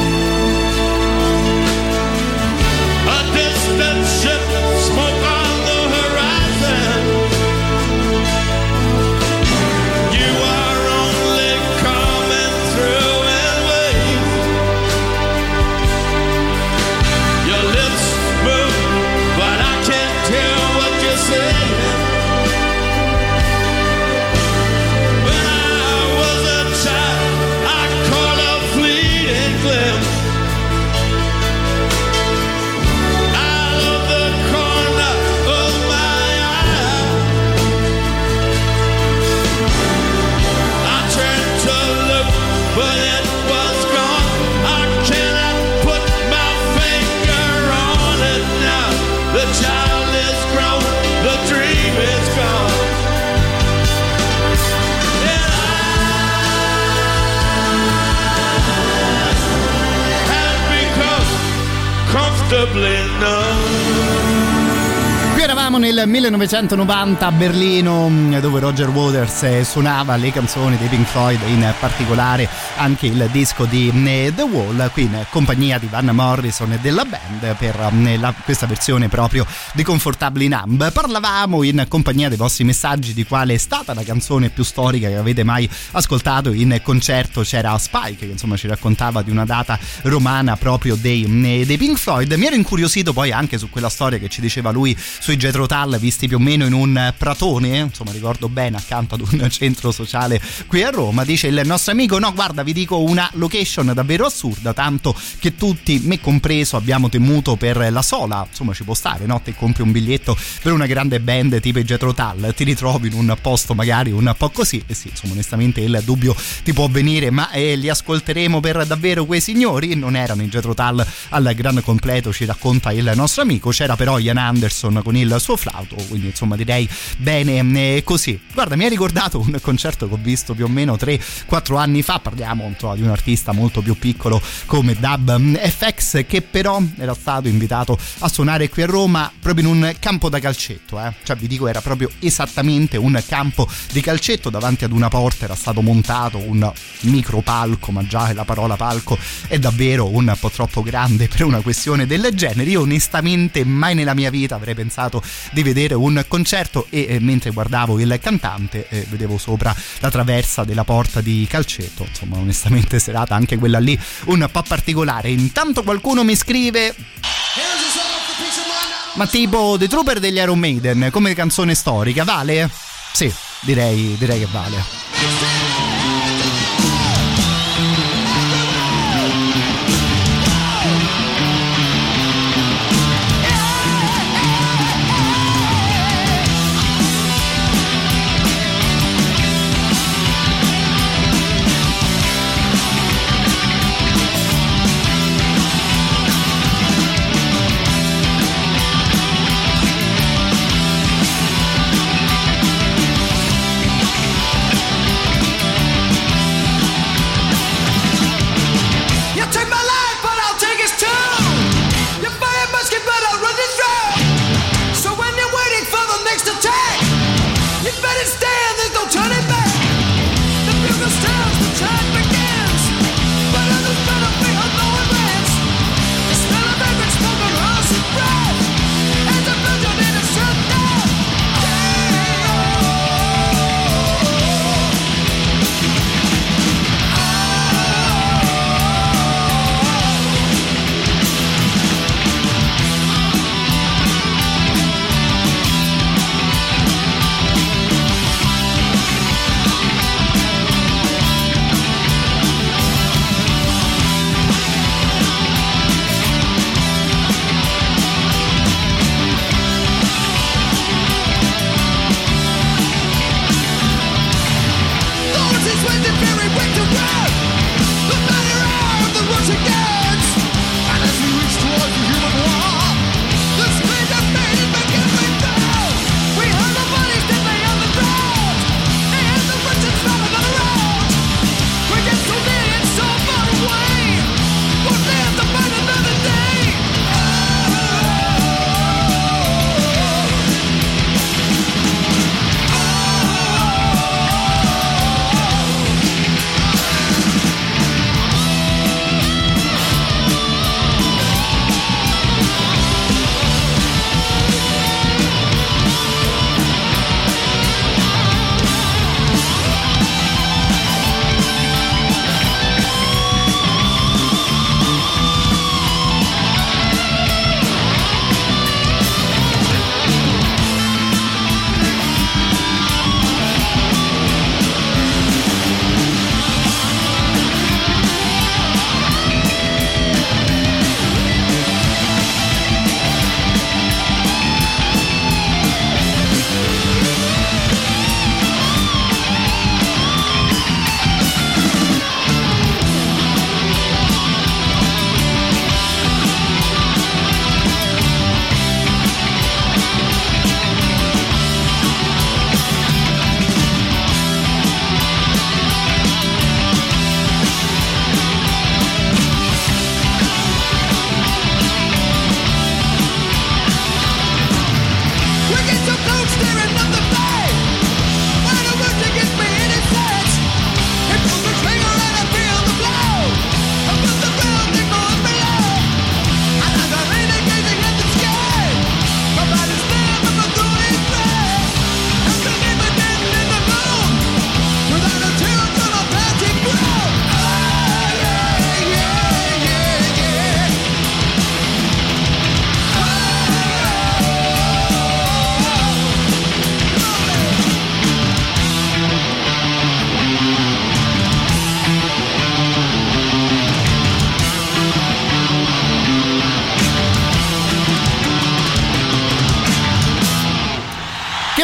A distant ship, smoke on the horizon. You are only coming through in waves. Your lips move, but I can't hear what you're saying. When I was a child, I caught a fleeting glimpse out of the corner of my eye. I turned to look, but it was gone. I cannot put my finger on it now. The child is grown, the dream is gone. And I have become comfortably numb. Qui a Eravamo nel 1990 a Berlino, dove Roger Waters suonava le canzoni dei Pink Floyd, in particolare anche il disco di The Wall, qui in compagnia di Van Morrison e della band per questa versione proprio di Comfortably Numb. Parlavamo in compagnia dei vostri messaggi di quale è stata la canzone più storica che avete mai ascoltato in concerto. C'era Spike che insomma ci raccontava di una data romana proprio dei Pink Floyd. Mi ero incuriosito poi anche su quella storia che ci diceva lui sui Jethro Tull, visti più o meno in un pratone, insomma ricordo bene, accanto ad un centro sociale qui a Roma. Dice il nostro amico: no, guarda, vi dico una location davvero assurda, tanto che tutti, me compreso, abbiamo temuto per la sola. Insomma ci può stare, no? Te compri un biglietto per una grande band tipo i Jethro Tull, ti ritrovi in un posto magari un po' così, e sì, insomma onestamente il dubbio ti può venire, ma li ascolteremo per davvero quei signori? Non erano i Jethro Tull al gran completo, ci racconta il nostro amico. C'era però Ian Anderson con il suo flauto, quindi insomma direi bene così. Guarda, mi ha ricordato un concerto che ho visto più o meno 3-4 anni fa. Parliamo insomma di un artista molto più piccolo come Dub FX, che però era stato invitato a suonare qui a Roma proprio in un campo da calcetto, cioè vi dico, era proprio esattamente un campo di calcetto. Davanti ad una porta era stato montato un micro palco, ma già la parola palco è davvero un po' troppo grande per una questione del genere. Io onestamente mai nella mia vita avrei pensato di vedere un concerto, e mentre guardavo il cantante vedevo sopra la traversa della porta di calcetto. Insomma onestamente serata anche quella lì un po' particolare. Intanto qualcuno mi scrive: ma tipo The Trooper degli Iron Maiden come canzone storica vale? Sì, direi che vale.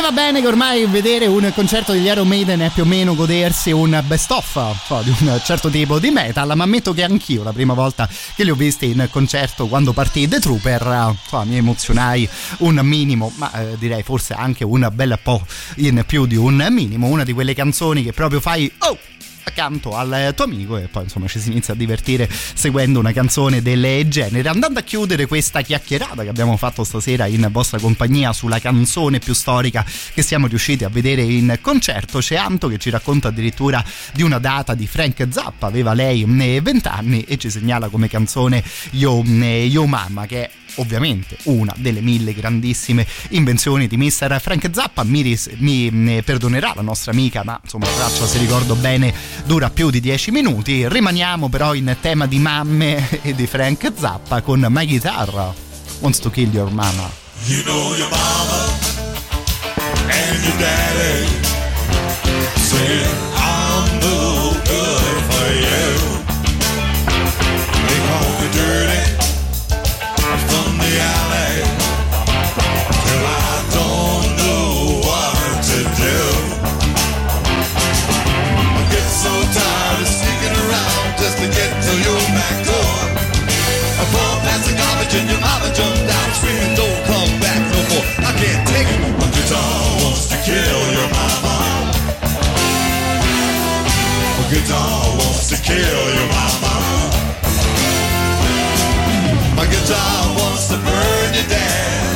va bene che ormai vedere un concerto degli Iron Maiden è più o meno godersi un best of di un certo tipo di metal, ma ammetto che anch'io la prima volta che li ho visti in concerto, quando partì The Trooper, mi emozionai un minimo, ma direi forse anche un bel po' in più di un minimo. Una di quelle canzoni che proprio fai accanto al tuo amico e poi insomma ci si inizia a divertire seguendo una canzone del genere. Andando a chiudere questa chiacchierata che abbiamo fatto stasera in vostra compagnia sulla canzone più storica che siamo riusciti a vedere in concerto, c'è Anto che ci racconta addirittura di una data di Frank Zappa, aveva lei 20 anni e ci segnala come canzone Yo Mama, che è ovviamente una delle 1000 grandissime invenzioni di Mr. Frank Zappa. Mi perdonerà la nostra amica, ma insomma la traccia, se ricordo bene, dura più di 10 minuti. Rimaniamo però in tema di mamme e di Frank Zappa con My Guitar Wants to Kill Your Mama. You know your mama and your daddy said I'm no good for you. They call me dirty from the alley till I don't know what to do. I get so tired of sneaking around just to get to your back door. I fall past the garbage and your mama jumped out screaming, don't come back no more. I can't take it. My guitar wants to kill your mama. My guitar wants to kill your mama. My guitar wants to burn you down.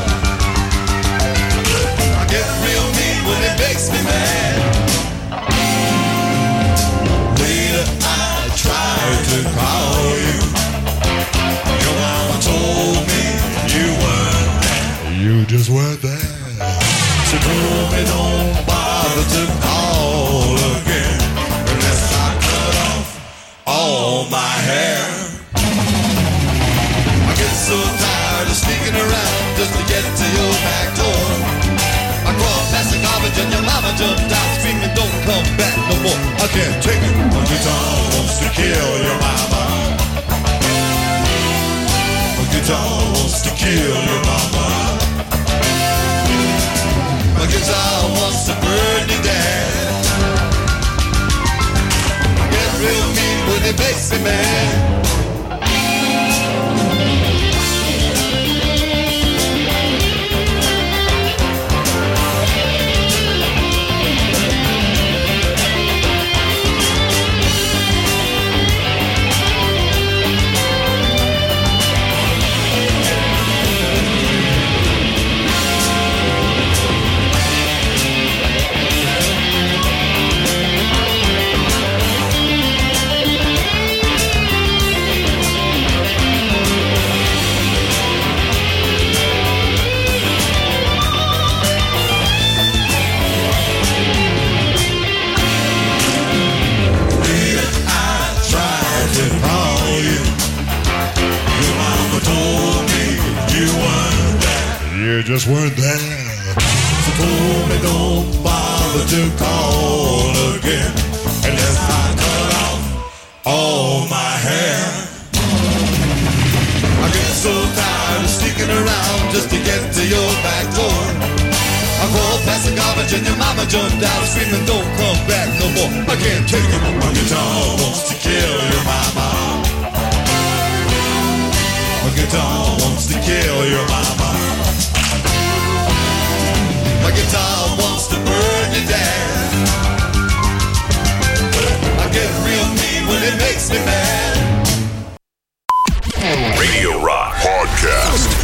I get real mean when it makes me mad. Later I tried to call you. Your mama told me you weren't there. You just weren't there. She told me don't bother to call again unless I cut off all my hair. So tired of sneaking around just to get to your back door. I crawled past the garbage and your mama jumped out screaming, don't come back no more. I can't take it. My guitar wants to kill your mama. My guitar wants to kill your mama. My guitar wants to burn you down. I get real mean when it makes me mad. You just weren't there. She told me don't bother to call again unless I cut off all my hair. I get so tired of sneaking around just to get to your back door. I crawled past the garbage and your mama jumped out screaming don't come back no more. I can't take it. My guitar wants to kill your mama. My guitar wants to kill your mama. My guitar wants to burn you down. I get real mean when it makes me mad. Radio Rock Podcast.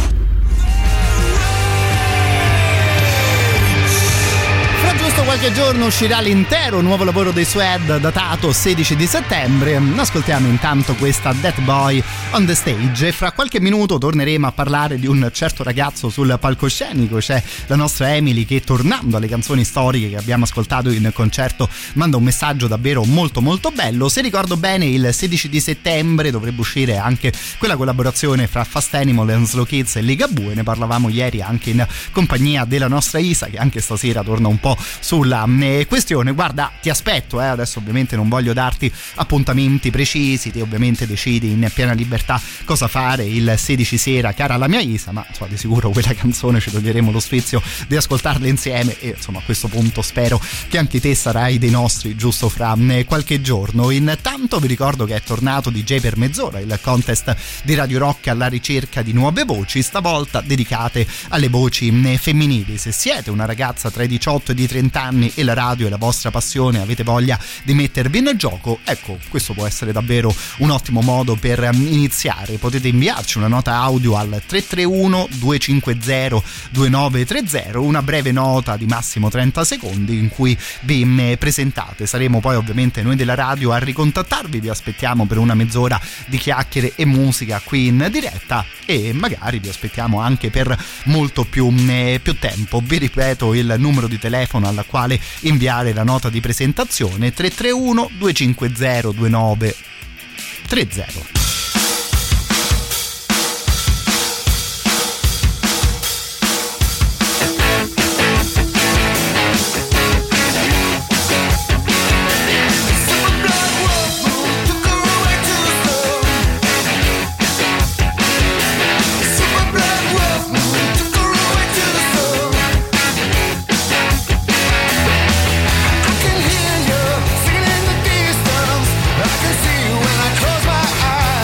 Fra giusto qualche giorno uscirà l'intero nuovo lavoro dei Suede, datato 16 di settembre. Ascoltiamo intanto questa That Boy on the Stage e fra qualche minuto torneremo a parlare di un certo ragazzo sul palcoscenico. C'è la nostra Emily che, tornando alle canzoni storiche che abbiamo ascoltato in concerto, manda un messaggio davvero molto molto bello. Se ricordo bene, il 16 di settembre dovrebbe uscire anche quella collaborazione fra Fast Animal and Slow Kids e Ligabue. Ne parlavamo ieri anche in compagnia della nostra Isa, che anche stasera torna un po' sulla questione. Guarda, ti aspetto, adesso ovviamente non voglio darti appuntamenti precisi, te ovviamente decidi in piena libertà cosa fare il 16 sera, cara la mia Isa, ma insomma di sicuro quella canzone ci toglieremo lo sfizio di ascoltarla insieme e insomma a questo punto spero che anche te sarai dei nostri giusto fra qualche giorno. Intanto vi ricordo che è tornato DJ per mezz'ora, il contest di Radio Rock alla ricerca di nuove voci, stavolta dedicate alle voci femminili. Se siete una ragazza tra i 18 e i 30 anni e la radio è la vostra passione, avete voglia di mettervi in gioco, ecco, questo può essere davvero un ottimo modo per iniziare. Potete inviarci una nota audio al 331 250 2930, una breve nota di massimo 30 secondi in cui vi presentate. Saremo poi ovviamente noi della radio a ricontattarvi, vi aspettiamo per una mezz'ora di chiacchiere e musica qui in diretta e magari vi aspettiamo anche per molto più tempo. Vi ripeto il numero di telefono al quale inviare la nota di presentazione: 331 250 2930. I can see when I close my eyes.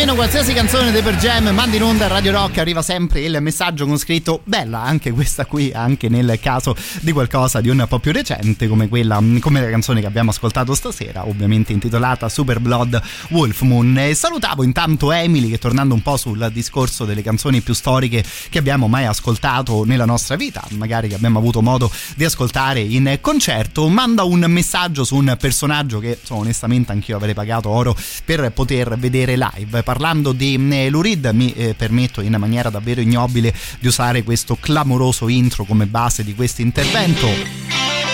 almeno qualsiasi canzone dei Per Jam mandi in onda a Radio Rock arriva sempre il messaggio con scritto bella anche questa qui, anche nel caso di qualcosa di un po' più recente come la canzone che abbiamo ascoltato stasera, ovviamente intitolata Super Blood Wolf Moon. E salutavo intanto Emily che, tornando un po' sul discorso delle canzoni più storiche che abbiamo mai ascoltato nella nostra vita, magari che abbiamo avuto modo di ascoltare in concerto, manda un messaggio su un personaggio che onestamente anch'io avrei pagato oro per poter vedere live. Parlando di Lou Reed mi permetto in maniera davvero ignobile di usare questo clamoroso intro come base di questo intervento.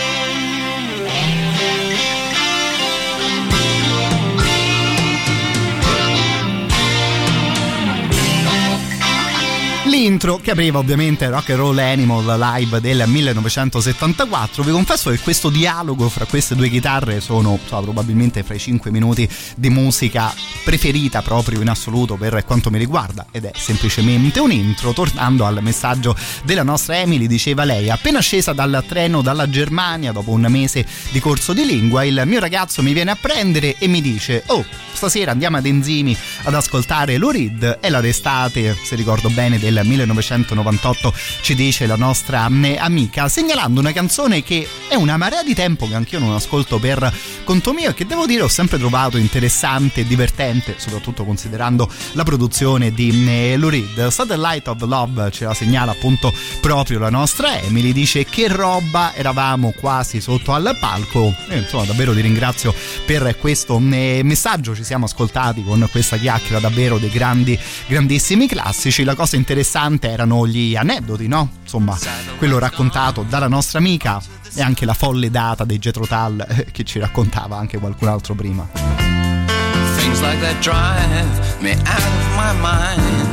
L'intro che apriva ovviamente Rock and Roll Animal live del 1974. Vi confesso che questo dialogo fra queste due chitarre sono probabilmente fra i 5 minuti di musica preferita proprio in assoluto per quanto mi riguarda, ed è semplicemente un intro. Tornando al messaggio della nostra Emily, diceva lei: appena scesa dal treno dalla Germania dopo un mese di corso di lingua, il mio ragazzo mi viene a prendere e mi dice: oh, stasera andiamo ad Enzimi ad ascoltare Lou Reed. È l'estate, se ricordo bene, del 1998, ci dice la nostra amica, segnalando una canzone che è una marea di tempo che anch'io non ascolto per conto mio e che devo dire ho sempre trovato interessante e divertente, soprattutto considerando la produzione di Lou Reed. Satellite of Love ce la segnala appunto proprio la nostra Emily, dice: che roba, eravamo quasi sotto al palco. E insomma davvero ti ringrazio per questo messaggio, ci siamo ascoltati con questa chiacchiera davvero dei grandissimi classici. La cosa interessante erano gli aneddoti, no? Insomma, quello raccontato dalla nostra amica e anche la folle data dei Jethro Tull che ci raccontava anche qualcun altro prima. Things like that drive me out of my mind.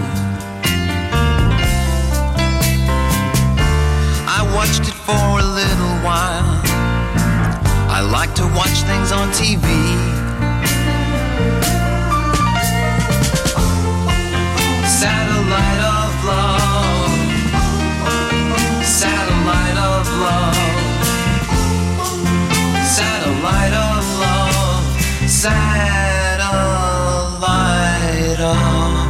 I watched it for a little while. I like to watch things on TV. Satellite of love, satellite of love, satellite of love, satellite of.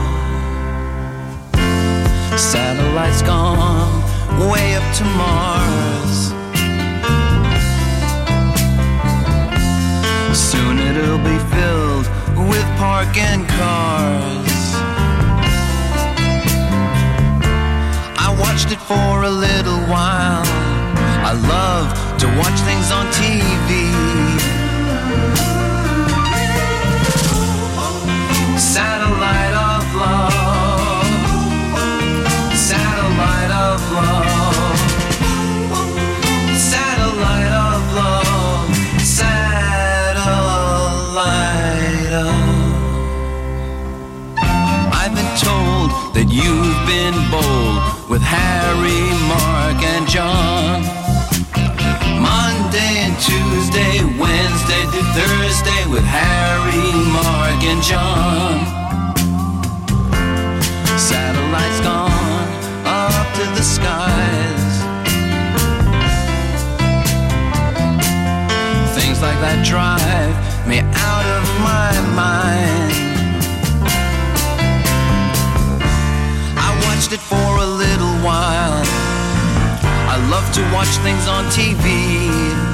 Satellite's gone way up to Mars. Soon it'll be filled with parking cars. I watched it for a little while. I love to watch things on TV. Satellite of love, satellite of love, satellite of love, satellite of. I've been told that you've been bold with Harry, Mark, and John. Monday and Tuesday, Wednesday to Thursday with Harry, Mark, and John. Satellite's gone up to the skies. Things like that drive me out of my mind. Watched it for a little while. I love to watch things on TV.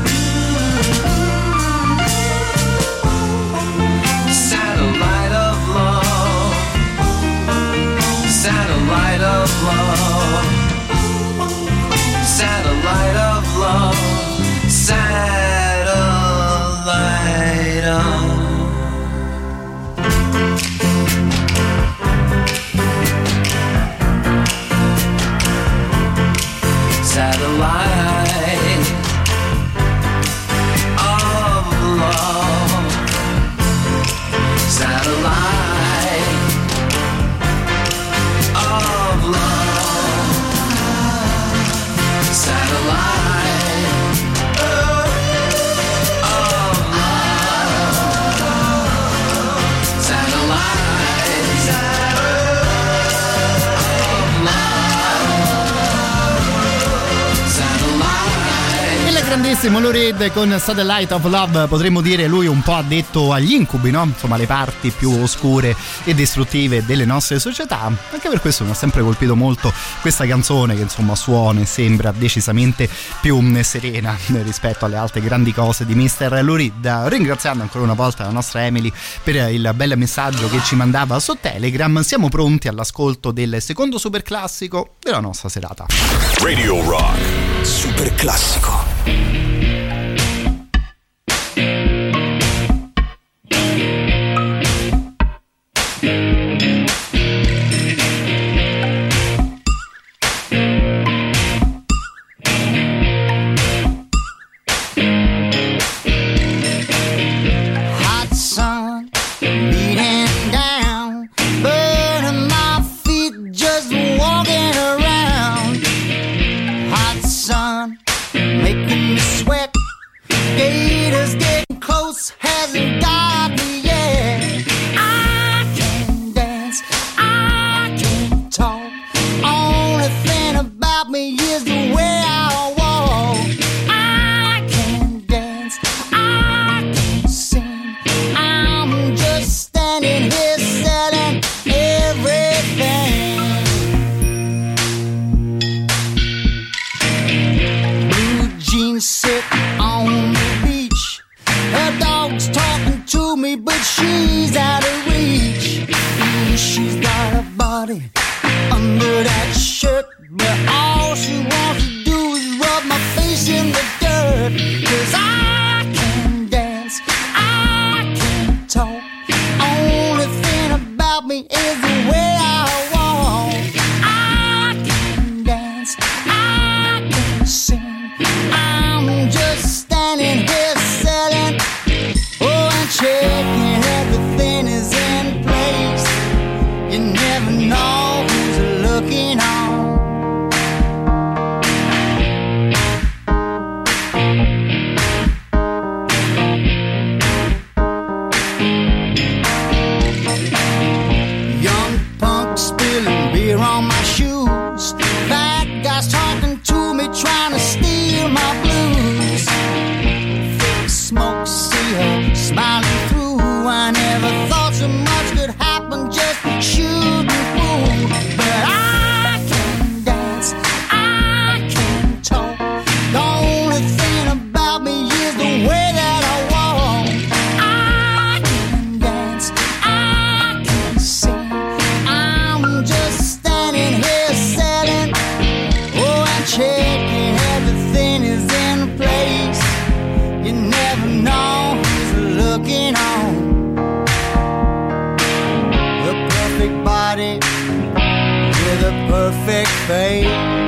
Satellite of love, satellite of love, satellite of love, satellite of. Satellite of love, satellite of love, satellite. grandissimo Lou Reed con Satellite of Love, potremmo dire lui un po' addetto agli incubi, no? Insomma, le parti più oscure e distruttive delle nostre società. Anche per questo mi ha sempre colpito molto questa canzone, che insomma suona e sembra decisamente più serena rispetto alle altre grandi cose di Mr. Lou Reed. Ringraziando ancora una volta la nostra Emily per il bel messaggio che ci mandava su Telegram. Siamo pronti all'ascolto del secondo super classico della nostra serata. Radio Rock Super classico. Hot sun beating down, burning my feet just walking around. Hot sun making me sweat. Gators getting close, hasn't got me yet. I can dance, I can talk. Only thing about me is the way I walk. I can dance, I can sing. I'm just standing here selling everything. Blue jeans sit on the beach. Her dog's talking to me, but she's out of reach. Ooh, she's got a body under that shirt, but all she wants to do is rub my face in the dirt. 'Cause I can dance, I can talk. Only thing about me is the way I walk. I can dance, I can sing. I'm just standing here selling, oh, and checking everything is in place. You never know who's looking on. Young punk spilling beer on my shoes. Bad guys talking to me, trying to steal my blues. Thick smoke, see her smiling through. I never thought so much could happen just for shooting pool. But I can dance, I can talk. The only thing about me is the way that I walk. I can dance, I can sing. I'm just standing here selling, oh, and checking everything is in place. You never know who's looking on. The perfect body with a perfect face.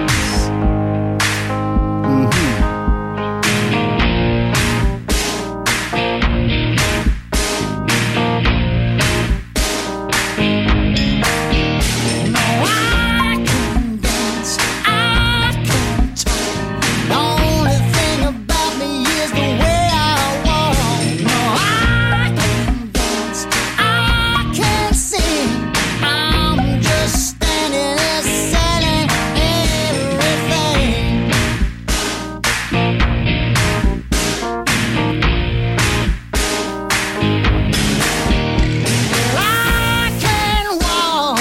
No, I can dance, I can talk. The only thing about me is the way I walk. No, I can dance, I can sing. I'm just standing there selling everything. Well, I can walk.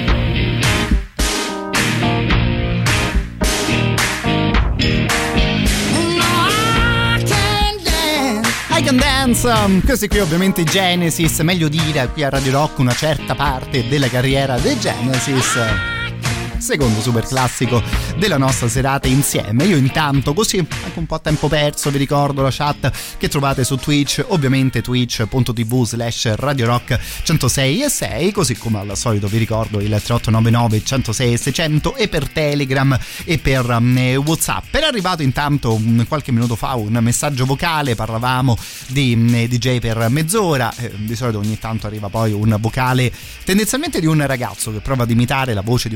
I Can Dance, questi qui ovviamente i Genesis, meglio dire qui a Radio Rock una certa parte della carriera dei Genesis. Secondo super classico della nostra serata insieme. Io intanto, così anche un po' a tempo perso, vi ricordo la chat che trovate su Twitch, ovviamente twitch.tv/Radio Rock 106.6, così come al solito vi ricordo il 3899 106 600 e per Telegram e per WhatsApp. È arrivato intanto qualche minuto fa un messaggio vocale, parlavamo di DJ per mezz'ora, di solito ogni tanto arriva poi un vocale tendenzialmente di un ragazzo che prova ad imitare la voce di una ragazza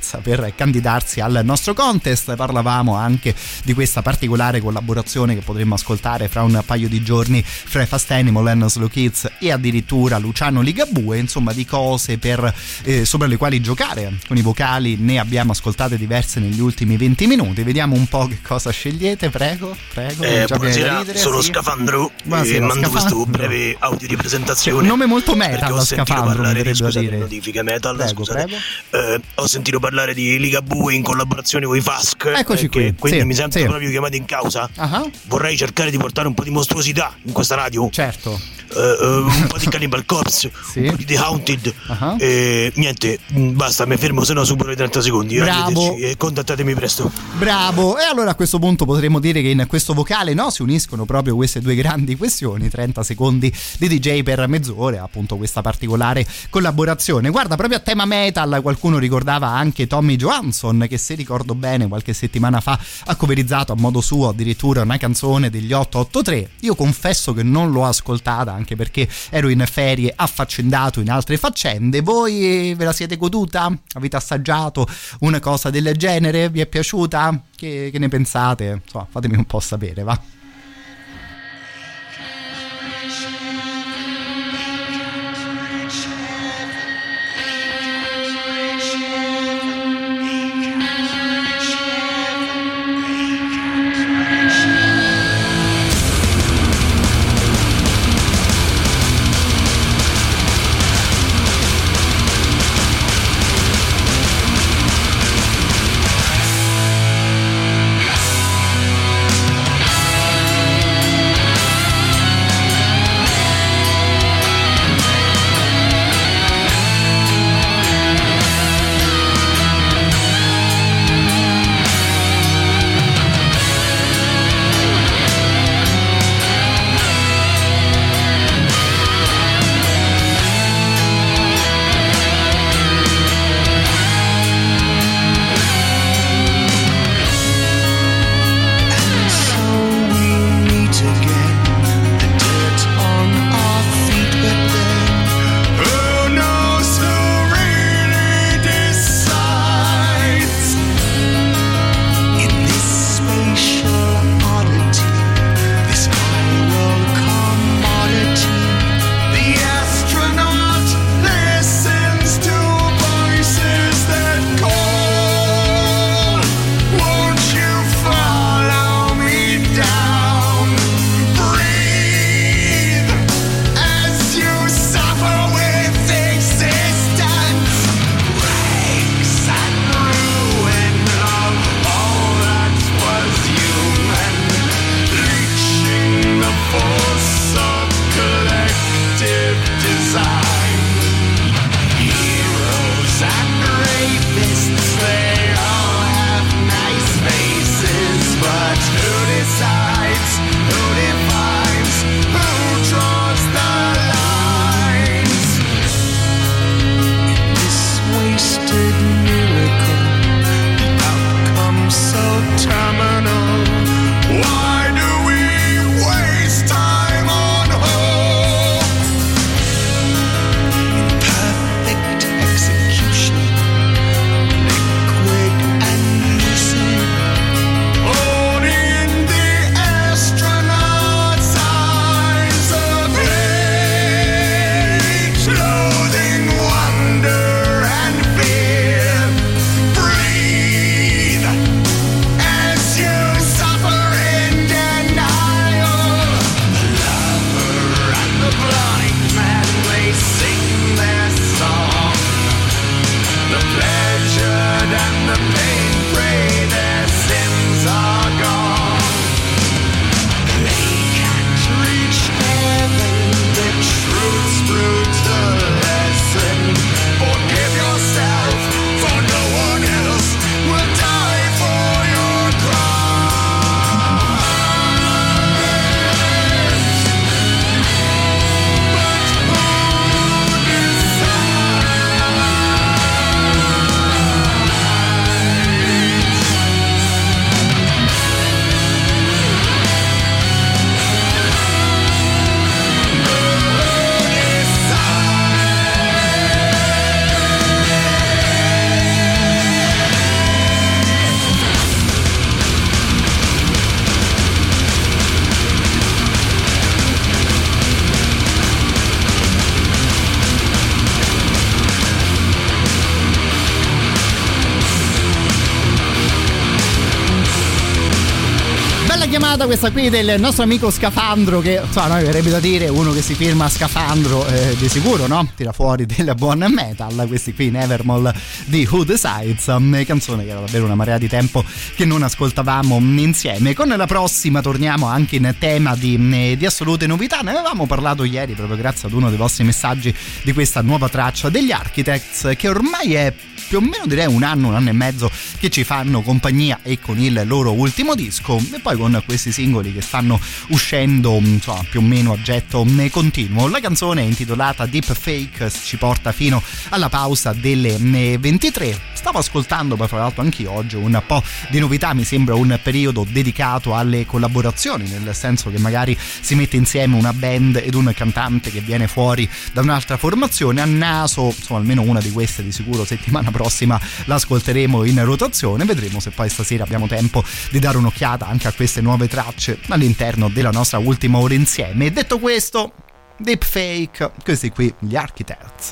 forza per candidarsi al nostro contest. Parlavamo anche di questa particolare collaborazione che potremmo ascoltare fra un paio di giorni fra i Fast Animal and Slow Kids e addirittura Luciano Ligabue, insomma di cose sopra le quali giocare con i vocali. Ne abbiamo ascoltate diverse negli ultimi 20 minuti. Vediamo un po' che cosa scegliete, prego. Buonasera, sono Scafandro e mando questo breve audio di presentazione. Un nome molto metal, ho sentito Scafandro, parlare mi di, verrebbe a dire. notifiche metal, Prego. ho sentito parlare di Ligabue in collaborazione con i Fask. Eccoci qui. Quindi sì, mi sento sì. proprio chiamato in causa. Vorrei cercare di portare un po' di mostruosità in questa radio. Certo. Un po' di Cannibal Corpse, un po' di The Haunted. E niente, basta, mi fermo, se no supero i 30 secondi. Bravo. E contattatemi presto. Bravo. E allora a questo punto potremmo dire che in questo vocale si uniscono proprio queste due grandi questioni. 30 secondi di DJ per mezz'ora, appunto questa particolare collaborazione. Guarda, proprio a tema metal qualcuno ricordava anche Tommy Johansson, che se ricordo bene qualche settimana fa ha coverizzato a modo suo addirittura una canzone degli 883. Io confesso che non l'ho ascoltata, anche perché ero in ferie affaccendato in altre faccende. Voi ve la siete goduta? Avete assaggiato una cosa del genere? Vi è piaciuta? Che ne pensate? Insomma, fatemi un po' sapere, va? chiamata questa qui del nostro amico Scafandro, che insomma noi verrebbe da dire uno che si firma Scafandro di sicuro, no? Tira fuori del buon metal. Questi qui Nevermore di Who Decides, canzone che era davvero una marea di tempo che non ascoltavamo insieme. Con la prossima torniamo anche in tema di assolute novità. Ne avevamo parlato ieri proprio grazie ad uno dei vostri messaggi di questa nuova traccia degli Architects, che ormai è più o meno direi un anno e mezzo che ci fanno compagnia, e con il loro ultimo disco e poi con questi singoli che stanno uscendo insomma più o meno a getto continuo. La canzone intitolata Deep Fake ci porta fino alla pausa delle 23. Stavo ascoltando poi fra l'altro anche oggi un po' di novità, mi sembra un periodo dedicato alle collaborazioni, nel senso che magari si mette insieme una band ed un cantante che viene fuori da un'altra formazione a naso, insomma almeno una di queste di sicuro settimana prossima l'ascolteremo in rotazione. Vedremo se poi stasera abbiamo tempo di dare un'occhiata anche a queste nuove tracce all'interno della nostra ultima ora insieme. Detto questo, Deepfake, questi qui gli Architects.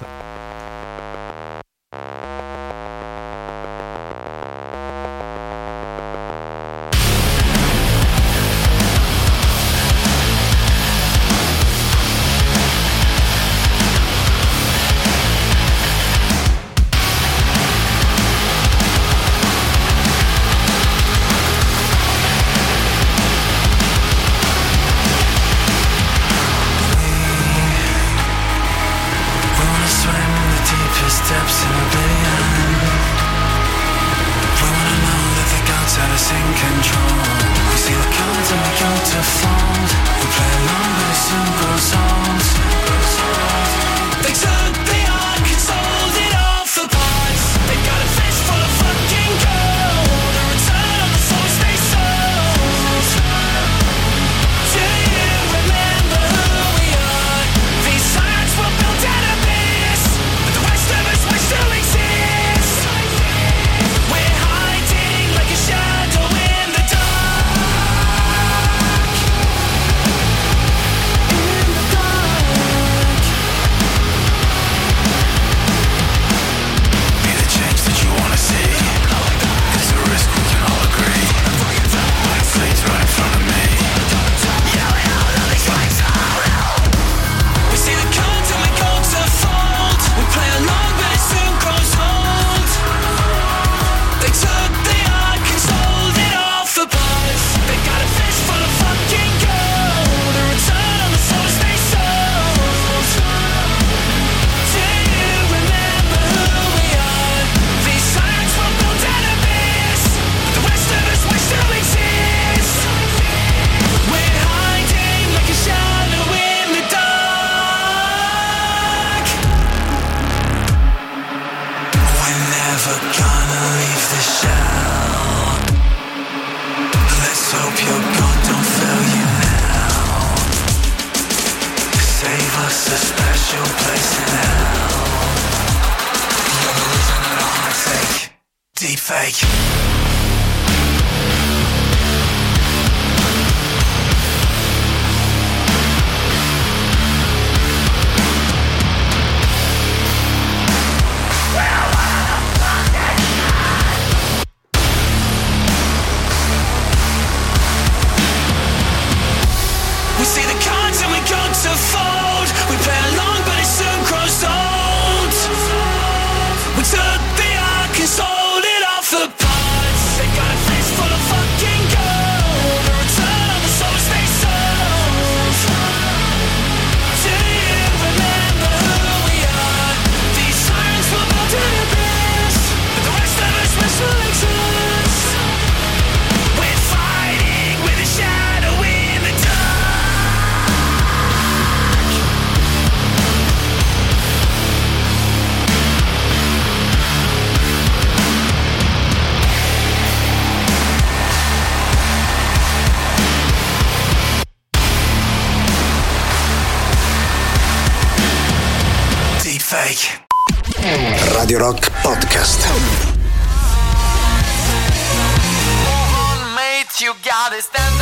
Radio Rock Podcast. Mate, you gotta stand up.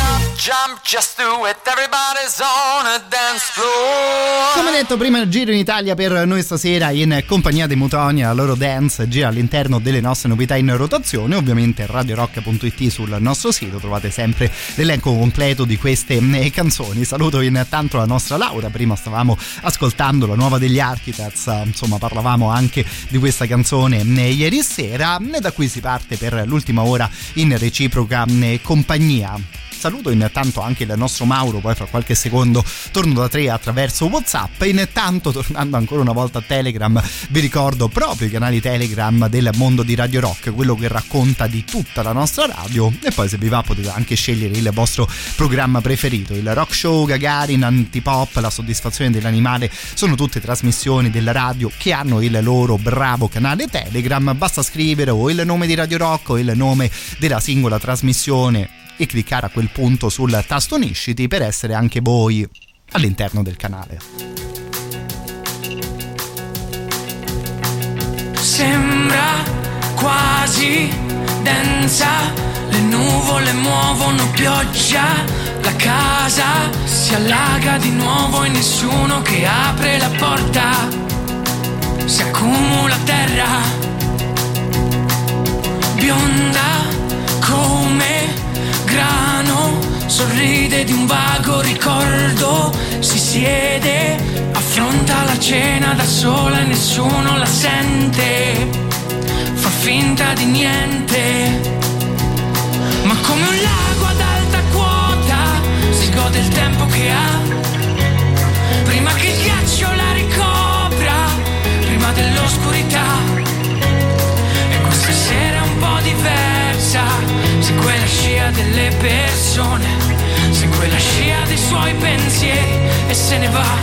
jump, just do it, everybody's on a dance floor. Come detto prima, il giro in Italia per noi stasera in compagnia dei Mutoni, la loro dance gira all'interno delle nostre novità in rotazione. Ovviamente radiorock.it, sul nostro sito trovate sempre l'elenco completo di queste canzoni. Saluto intanto la nostra Laura. Prima stavamo ascoltando la nuova degli Architects, insomma parlavamo anche di questa canzone ieri sera, e da qui si parte per l'ultima ora in reciproca compagnia. Saluto intanto anche il nostro Mauro, poi fra qualche secondo torno da 3 attraverso WhatsApp. Intanto, tornando ancora una volta a Telegram, vi ricordo proprio i canali Telegram del mondo di Radio Rock, quello che racconta di tutta la nostra radio, e poi se vi va potete anche scegliere il vostro programma preferito. Il Rock Show, Gagarin, Antipop, La soddisfazione dell'animale sono tutte trasmissioni della radio che hanno il loro bravo canale Telegram. Basta scrivere o il nome di Radio Rock o il nome della singola trasmissione e cliccare a quel punto sul tasto unisciti per essere anche voi all'interno del canale. Sembra quasi densa, le nuvole muovono pioggia, la casa si allaga di nuovo e nessuno che apre la porta, si accumula terra bionda come grano, sorride di un vago ricordo, si siede, affronta la cena da sola e nessuno la sente, fa finta di niente, ma come un lago ad alta quota si gode il tempo che ha, prima che il ghiaccio la ricopra, prima dell'oscurità, e questa sera è un po' diversa. Segue la scia delle persone, segue la scia dei suoi pensieri e se ne va.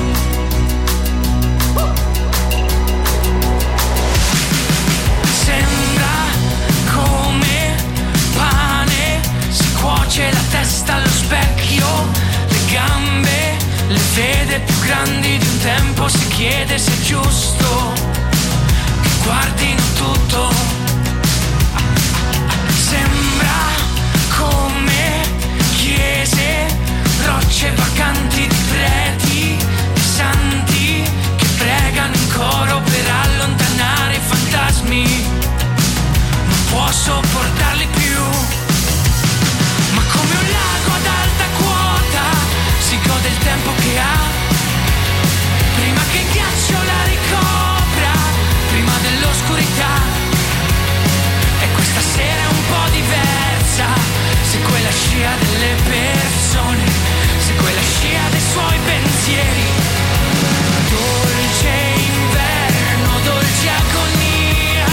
Sembra come pane, si cuoce la testa allo specchio, le gambe le vede più grandi di un tempo, si chiede se è giusto che guardino tutto. Sembra come chiese, rocce vacanti di preti, di santi che pregano in coro per allontanare i fantasmi. Non può sopportarli più, ma come un lago ad alta quota si gode il tempo che ha, prima che il ghiaccio la ricopra, prima dell'oscurità. E questa sera è un po' diversa, segue la scia delle persone, segue la scia dei suoi pensieri. Dolce inverno, dolce agonia,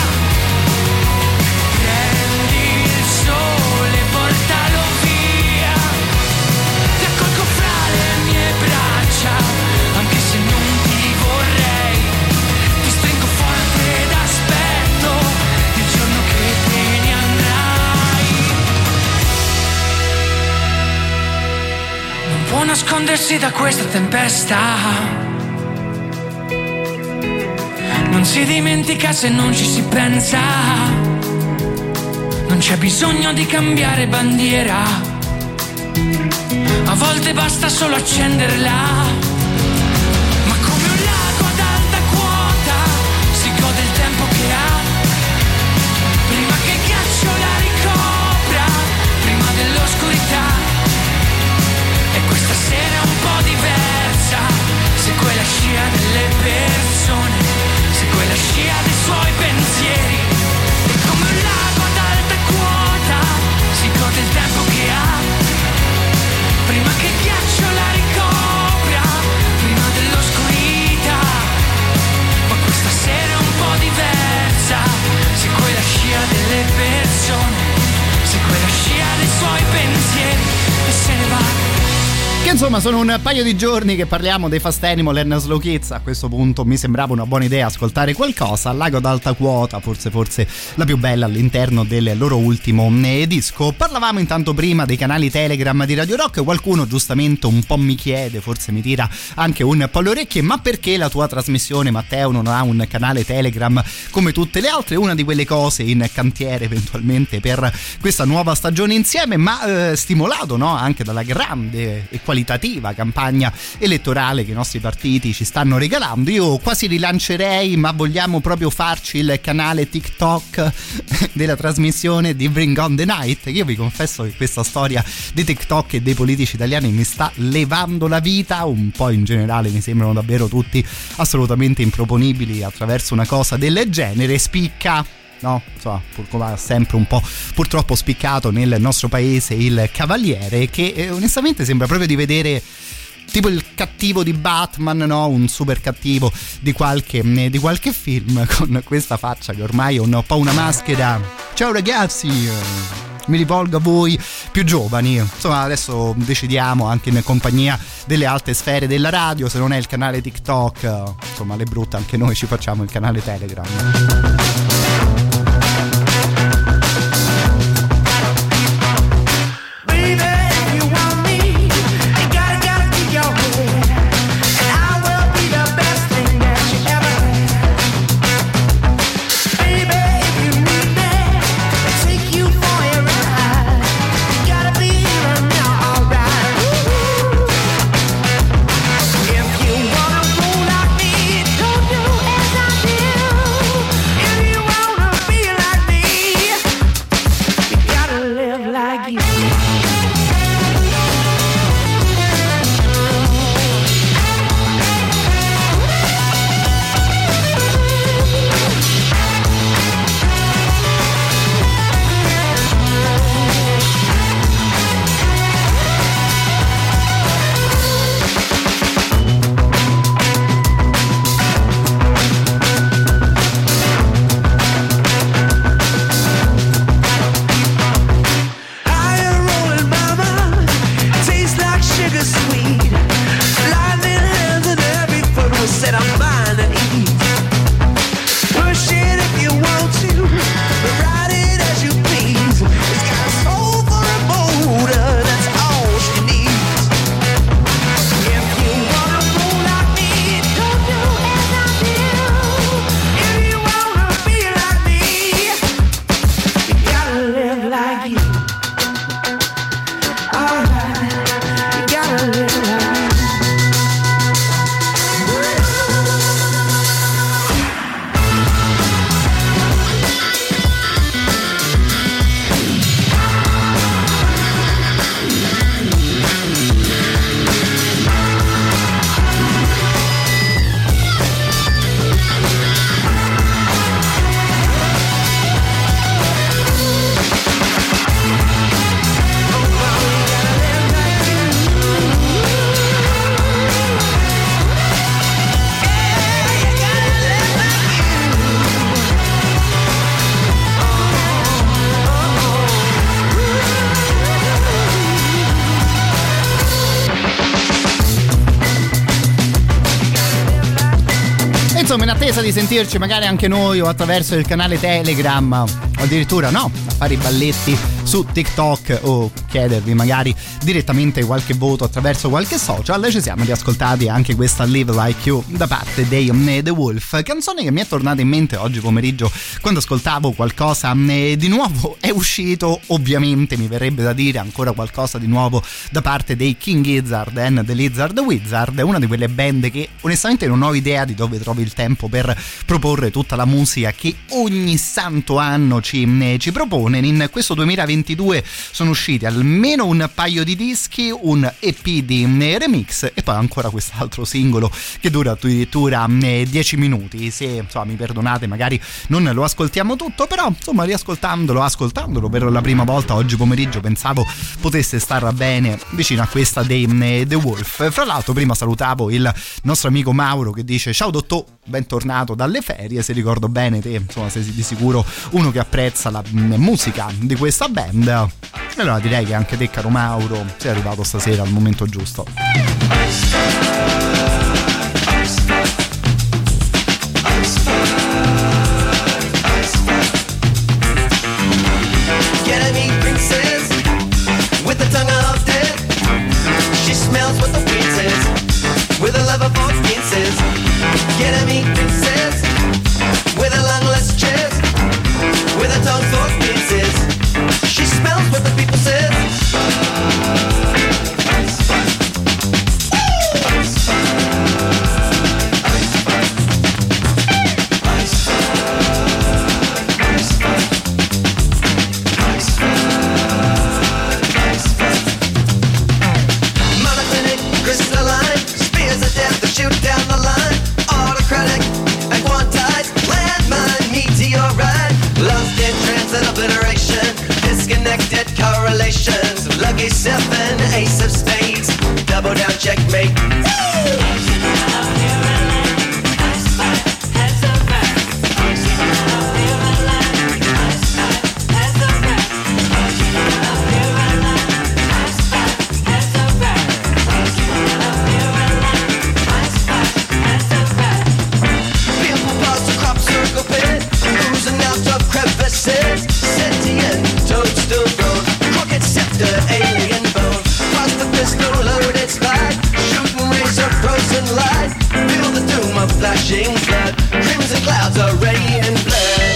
prendi il sole, portalo via, ti accolgo fra le mie braccia, anche se non ti vorrei, ti stringo forte ed aspetto il giorno che te ne andrai. Non può nascondersi da questa tempesta, non si dimentica se non ci si pensa, non c'è bisogno di cambiare bandiera, a volte basta solo accenderla, ma come un lago ad alta quota si gode il tempo che ha, prima che il ghiaccio la ricopra, prima dell'oscurità, e questa sera è un po' diversa, segue la scia delle persone, segue la scia dei suoi pensieri, e come un lago ad alta quota si gode il tempo che ha, prima che il ghiaccio la ricopra, prima dell'oscurità, ma questa sera è un po' diversa, segue la scia delle persone, segue la scia dei suoi pensieri e se ne va. Che insomma sono un paio di giorni che parliamo dei Fast Animal and Slow Kids. A questo punto mi sembrava una buona idea ascoltare qualcosa. Lago ad alta quota, forse la più bella all'interno del loro ultimo disco. Parlavamo intanto prima dei canali Telegram di Radio Rock. Qualcuno giustamente un po' mi chiede, forse mi tira anche un po' le orecchie: ma perché la tua trasmissione, Matteo, non ha un canale Telegram come tutte le altre? Una di quelle cose in cantiere eventualmente per questa nuova stagione insieme, ma stimolato, no, anche dalla grande e qualitativa campagna elettorale che i nostri partiti ci stanno regalando. Io quasi rilancerei: ma vogliamo proprio farci il canale TikTok della trasmissione di Bring on the Night? Io vi confesso che questa storia di TikTok e dei politici italiani mi sta levando la vita, un po' in generale mi sembrano davvero tutti assolutamente improponibili attraverso una cosa del genere. Spicca, no, insomma, come sempre un po' purtroppo spiccato nel nostro paese il Cavaliere, che onestamente sembra proprio di vedere tipo il cattivo di Batman, no? Un super cattivo di qualche film, con questa faccia che ormai è un po' una maschera. Ciao ragazzi, mi rivolgo a voi più giovani. Insomma, adesso decidiamo anche in compagnia delle alte sfere della radio, se non è il canale TikTok, insomma, le brutte anche noi ci facciamo il canale Telegram. Insomma, in attesa di sentirci magari anche noi o attraverso il canale Telegram o addirittura no, a fare i balletti su TikTok o chiedervi magari direttamente qualche voto attraverso qualche social, ci siamo riascoltati anche questa Live Like You da parte dei The Wolf, canzone che mi è tornata in mente oggi pomeriggio quando ascoltavo qualcosa di nuovo. È uscito, ovviamente mi verrebbe da dire, ancora qualcosa di nuovo da parte dei King Gizzard and the Lizard Wizard, una di quelle band che onestamente non ho idea di dove trovi il tempo per proporre tutta la musica che ogni santo anno ci propone. In questo 2022 sono usciti almeno un paio di dischi, un EP di remix e poi ancora quest'altro singolo che dura addirittura 10 minuti. Se insomma mi perdonate, magari non lo ascoltiamo tutto, però insomma ascoltandolo per la prima volta oggi pomeriggio pensavo potesse star bene vicino a questa dei The Wolf. Fra l'altro prima salutavo il nostro amico Mauro che dice: ciao dottor, bentornato dalle ferie. Se ricordo bene te, insomma, sei di sicuro uno che apprezza la musica di questa band. E allora direi che anche te, caro Mauro, sei arrivato stasera al momento giusto. With a love of all sciences, get a meat princess. With a long less chest, with a tongue for pieces. She smells what the people says. Monoclinic, crystalline, spears of death that shoot down the line. Autocratic and quantized, landmine, meteorite. Lost in transit obliteration, disconnected correlations. Lucky seven, ace of spades, double down checkmate. Beautiful parts of crop circle pit, oozing out of crevices. Sentient toadstool road, crooked scepter, alien bone. Cross the pistol, loaded slide, shooting razor, frozen light. Feel the doom of flashing flood, crimson clouds are raining blood.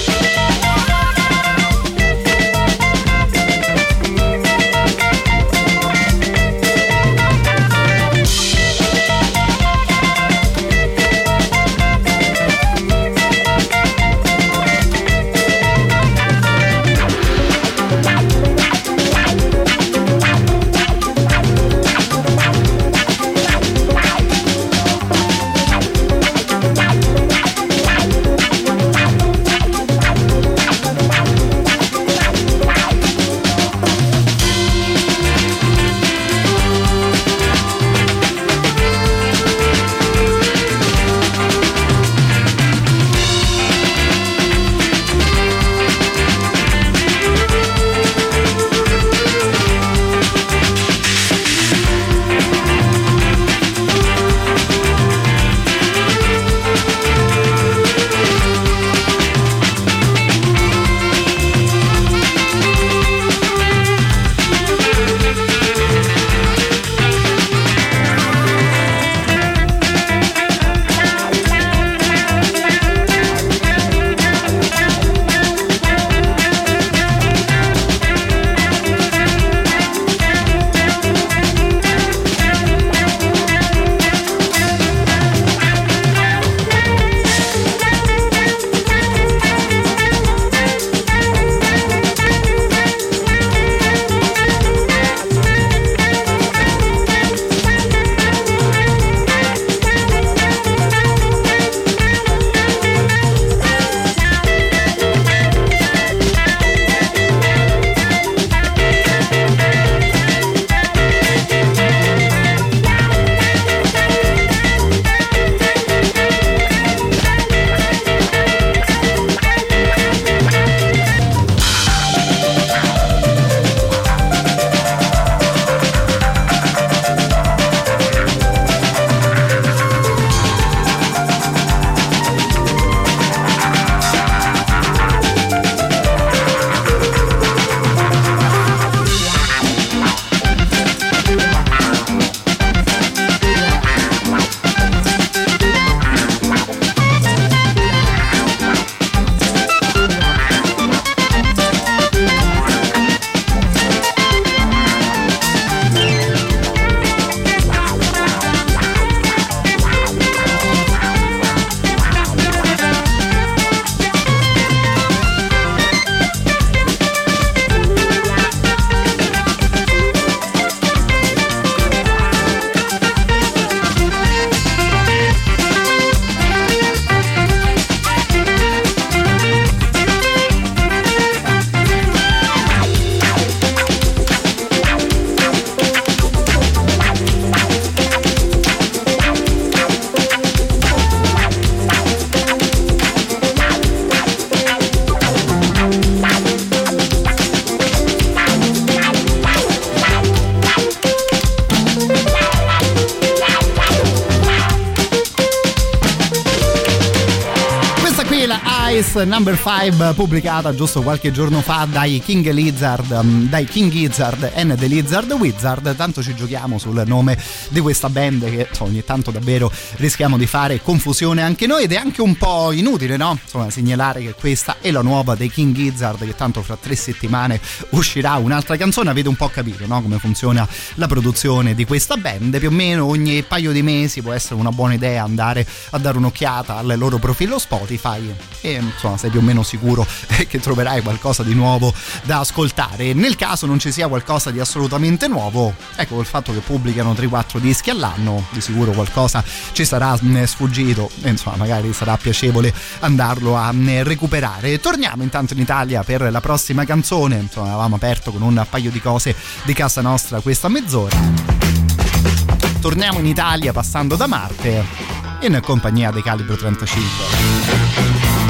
Dance Number 5, pubblicata giusto qualche giorno fa dai King Gizzard and the Lizard Wizard. Tanto ci giochiamo sul nome di questa band che ogni tanto davvero rischiamo di fare confusione anche noi, ed è anche un po' inutile, no? Insomma, segnalare che questa è la nuova dei King Gizzard, che tanto fra 3 settimane uscirà un'altra canzone. Avete un po' capito, no? Come funziona la produzione di questa band. Più o meno ogni paio di mesi può essere una buona idea andare a dare un'occhiata al loro profilo Spotify e insomma sei più o meno sicuro che troverai qualcosa di nuovo da ascoltare. Nel caso non ci sia qualcosa di assolutamente nuovo, ecco, il fatto che pubblicano 3-4 dischi all'anno, di sicuro qualcosa ci sarà sfuggito e insomma magari sarà piacevole andarlo a recuperare. Torniamo intanto in Italia per la prossima canzone. Insomma, avevamo aperto con un paio di cose di casa nostra questa mezz'ora. Torniamo in Italia passando da Marte in compagnia dei Calibro 35.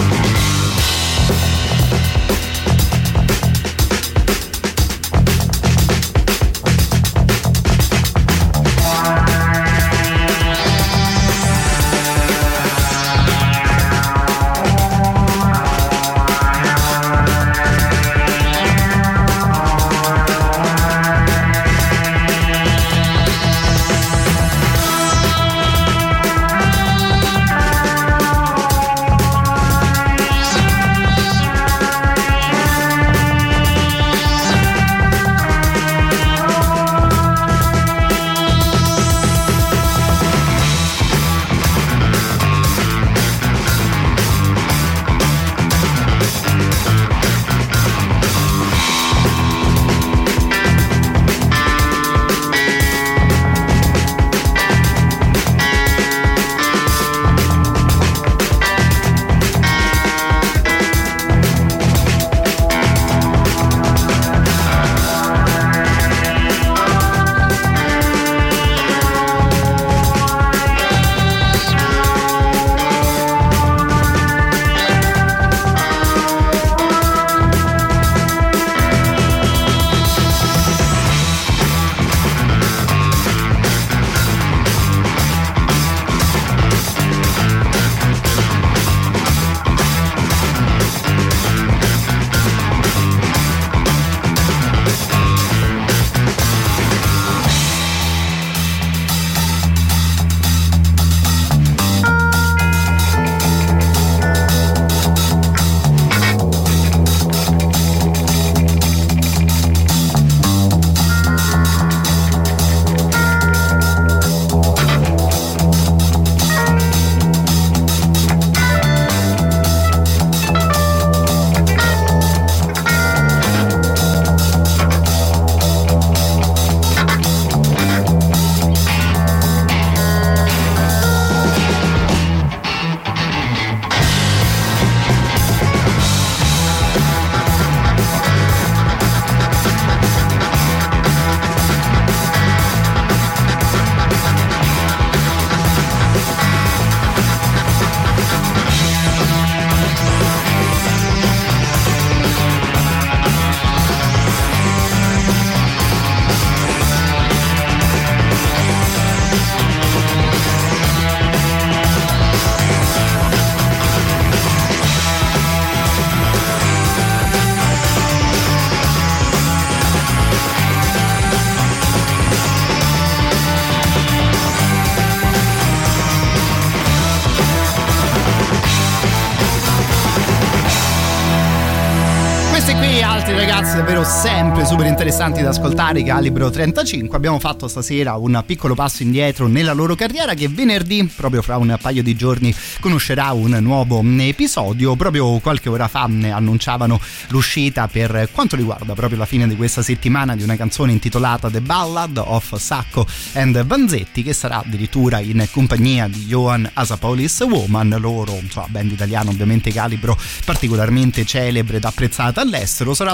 Ragazzi davvero sempre super interessanti da ascoltare, Calibro 35. Abbiamo fatto stasera un piccolo passo indietro nella loro carriera, che venerdì, proprio fra un paio di giorni, conoscerà un nuovo episodio. Proprio qualche ora fa annunciavano l'uscita, per quanto riguarda proprio la fine di questa settimana, di una canzone intitolata The Ballad of Sacco and Vanzetti, che sarà addirittura in compagnia di Johan Asapolis Woman, loro insomma band italiano ovviamente Calibro particolarmente celebre ed apprezzata all'estero. Sarà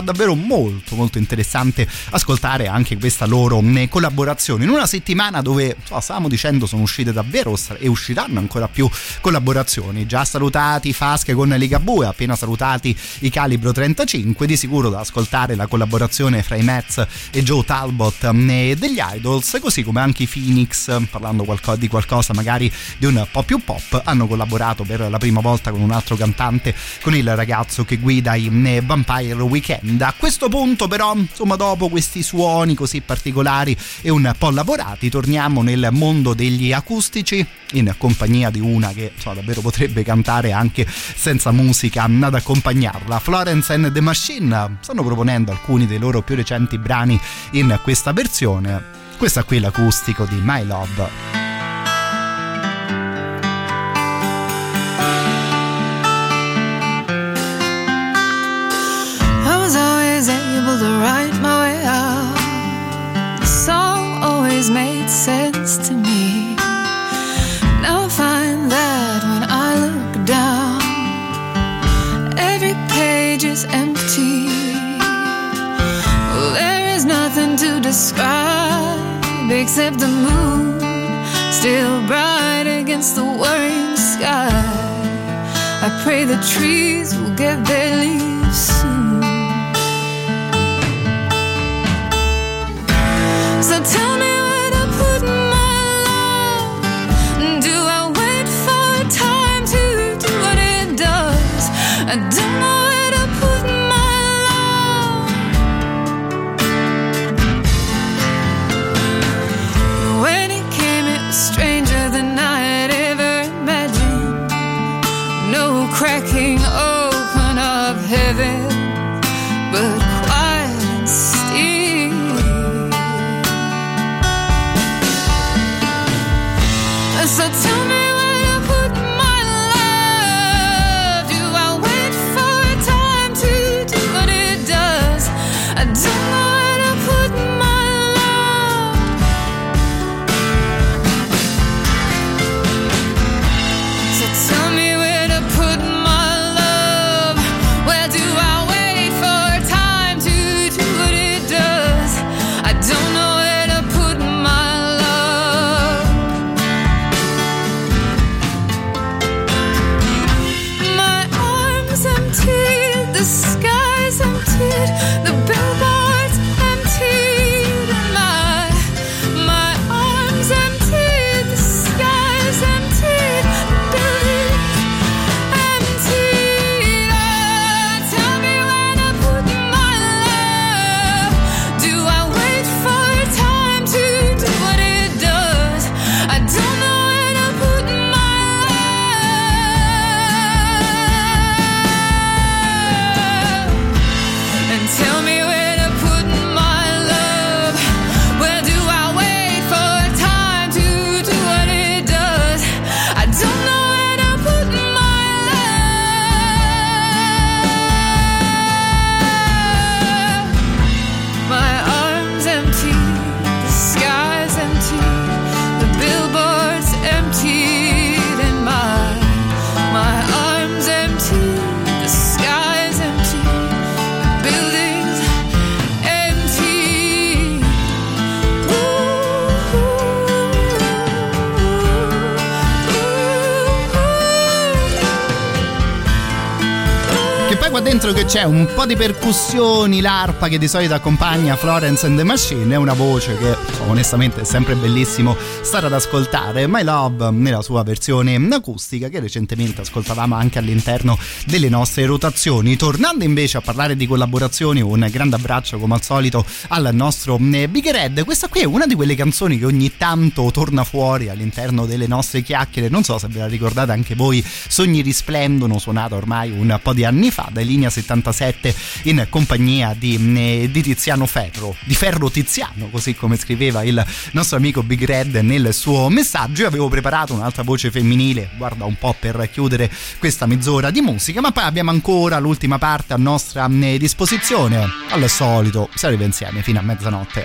davvero molto molto interessante ascoltare anche questa loro collaborazione in una settimana dove stavamo dicendo sono uscite davvero e usciranno ancora più collaborazioni. Già salutati Fasche con Ligabue, appena salutati i Calibro 35, di sicuro da ascoltare la collaborazione fra i Mets e Joe Talbot degli Idols, così come anche i Phoenix, parlando di qualcosa magari di un po' più pop, hanno collaborato per la prima volta con un altro cantante, con il ragazzo che guida i Vampire Weekend. A questo punto però, insomma, dopo questi suoni così particolari e un po' lavorati, torniamo nel mondo degli acustici in compagnia di una che davvero potrebbe cantare anche senza musica ad accompagnarla. Florence and the Machine stanno proponendo alcuni dei loro più recenti brani in questa versione. Questa qui è l'acustico di My Love. To write my way out. The song always made sense to me. Now I find that when I look down, every page is empty. Well, there is nothing to describe except the moon, still bright against the worrying sky. I pray the trees will get their leaves soon. So tell me where to put my love. Do I wait for time to do what it does? I don't know where to put my love. When it came, it was stranger than I had ever imagined. No cracking open of heaven, but quiet and still. So tell me where to put my love. Do I wait for time to do what it does? I don't know where to put my love. So tell me where to put my love. Where do I wait for time to do what it does? I don't know where to put my love. The sky's emptied, the billboard's emptied, and my arms emptied, the sky's emptied, the building's emptied. Tell me where to put my love. Do I wait for time to do what it does? I don't know where to put my tell me where to put my love. Where do I wait for time to do what it does? I don't know where to put my love. My arms empty, the sky's empty, the billboard's emptied, and my arms empty, the sky's empty, the building's empty. Che poi qua dentro che c'è un po' di percussioni, l'arpa che di solito accompagna Florence and the Machine, è una voce che onestamente è sempre bellissimo stare ad ascoltare. My Love nella sua versione acustica, che recentemente ascoltavamo anche all'interno delle nostre rotazioni. Tornando invece a parlare di collaborazioni, un grande abbraccio come al solito al nostro Big Red. Questa qui è una di quelle canzoni che ogni tanto torna fuori all'interno delle nostre chiacchiere, non so se ve la ricordate anche voi. Sogni risplendono, suonata ormai un po' di anni fa dai Linea 77 in compagnia di Tiziano Ferro, di Ferro Tiziano, così come scriveva il nostro amico Big Red nel suo messaggio. Io avevo preparato un'altra voce femminile, guarda un po', per chiudere questa mezz'ora di musica, ma poi abbiamo ancora l'ultima parte a nostra disposizione. Al solito si arriva insieme fino a mezzanotte.